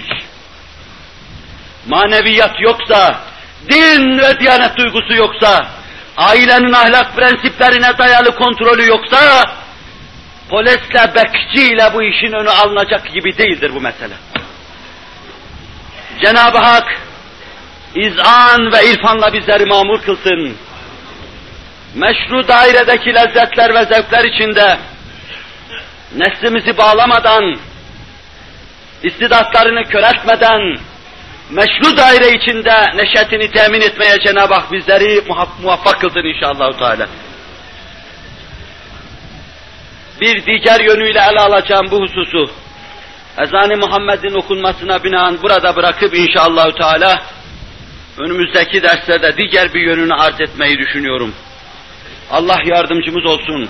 Maneviyat yoksa, din ve diyanet duygusu yoksa, ailenin ahlak prensiplerine dayalı kontrolü yoksa, polisle, bekçiyle bu işin önü alınacak gibi değildir bu mesele. Cenab-ı Hak, izan ve irfanla bizleri mamur kılsın. Meşru dairedeki lezzetler ve zevkler içinde, neslimizi bağlamadan, istidatlarını köreltmeden, meşru daire içinde neşetini temin etmeye Cenab-ı Hak bizleri muvaffak kılsın inşallah Teala. Bir diğer yönüyle ele alacağım bu hususu, ezan-ı Muhammed'in okunmasına binaen burada bırakıp inşallah Teala önümüzdeki derslerde diğer bir yönünü arz etmeyi düşünüyorum. Allah yardımcımız olsun.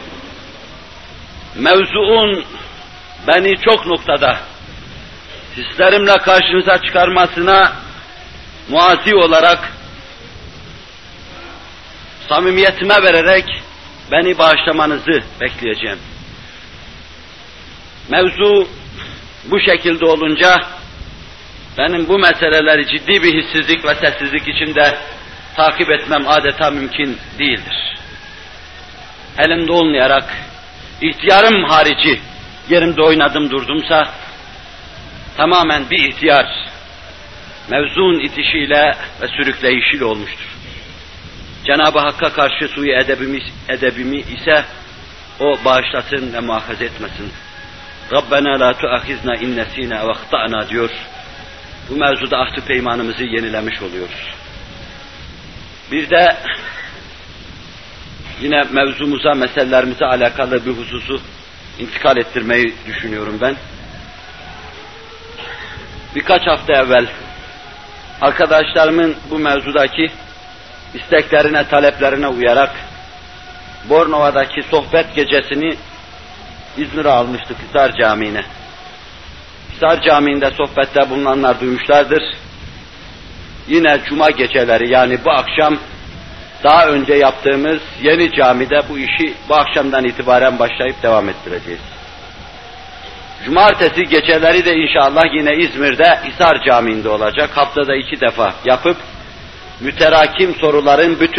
Mevzuun beni çok noktada hislerimle karşınıza çıkarmasına muazi olarak samimiyetime vererek beni bağışlamanızı bekleyeceğim. Mevzu bu şekilde olunca benim bu meseleleri ciddi bir hissizlik ve sessizlik içinde takip etmem adeta mümkün değildir. Elimde olmayarak ihtiyarım harici yerimde oynadım durdumsa tamamen bir ihtiyar mevzun itişiyle ve sürükleyişiyle olmuştur. Cenab-ı Hakk'a karşı suyu edebimi, edebimi ise o bağışlasın ve muhafaza etmesin. Rabbena la tuahizna in nesina ve ahtana diyor. Bu mevzuda ahd-ı peymanımızı yenilemiş oluyoruz. Bir de yine mevzumuza, meselelerimize alakalı bir hususu intikal ettirmeyi düşünüyorum ben. Birkaç hafta evvel arkadaşlarımın bu mevzudaki isteklerine, taleplerine uyarak Bornova'daki sohbet gecesini İzmir'e almıştık Hisar Camii'ne. Hisar Camii'nde sohbette bulunanlar duymuşlardır. Yine cuma geceleri yani bu akşam daha önce yaptığımız yeni camide bu işi bu akşamdan itibaren başlayıp devam ettireceğiz. Cumartesi geceleri de inşallah yine İzmir'de Hisar Camii'nde olacak. Haftada iki defa yapıp müterakim soruların bütün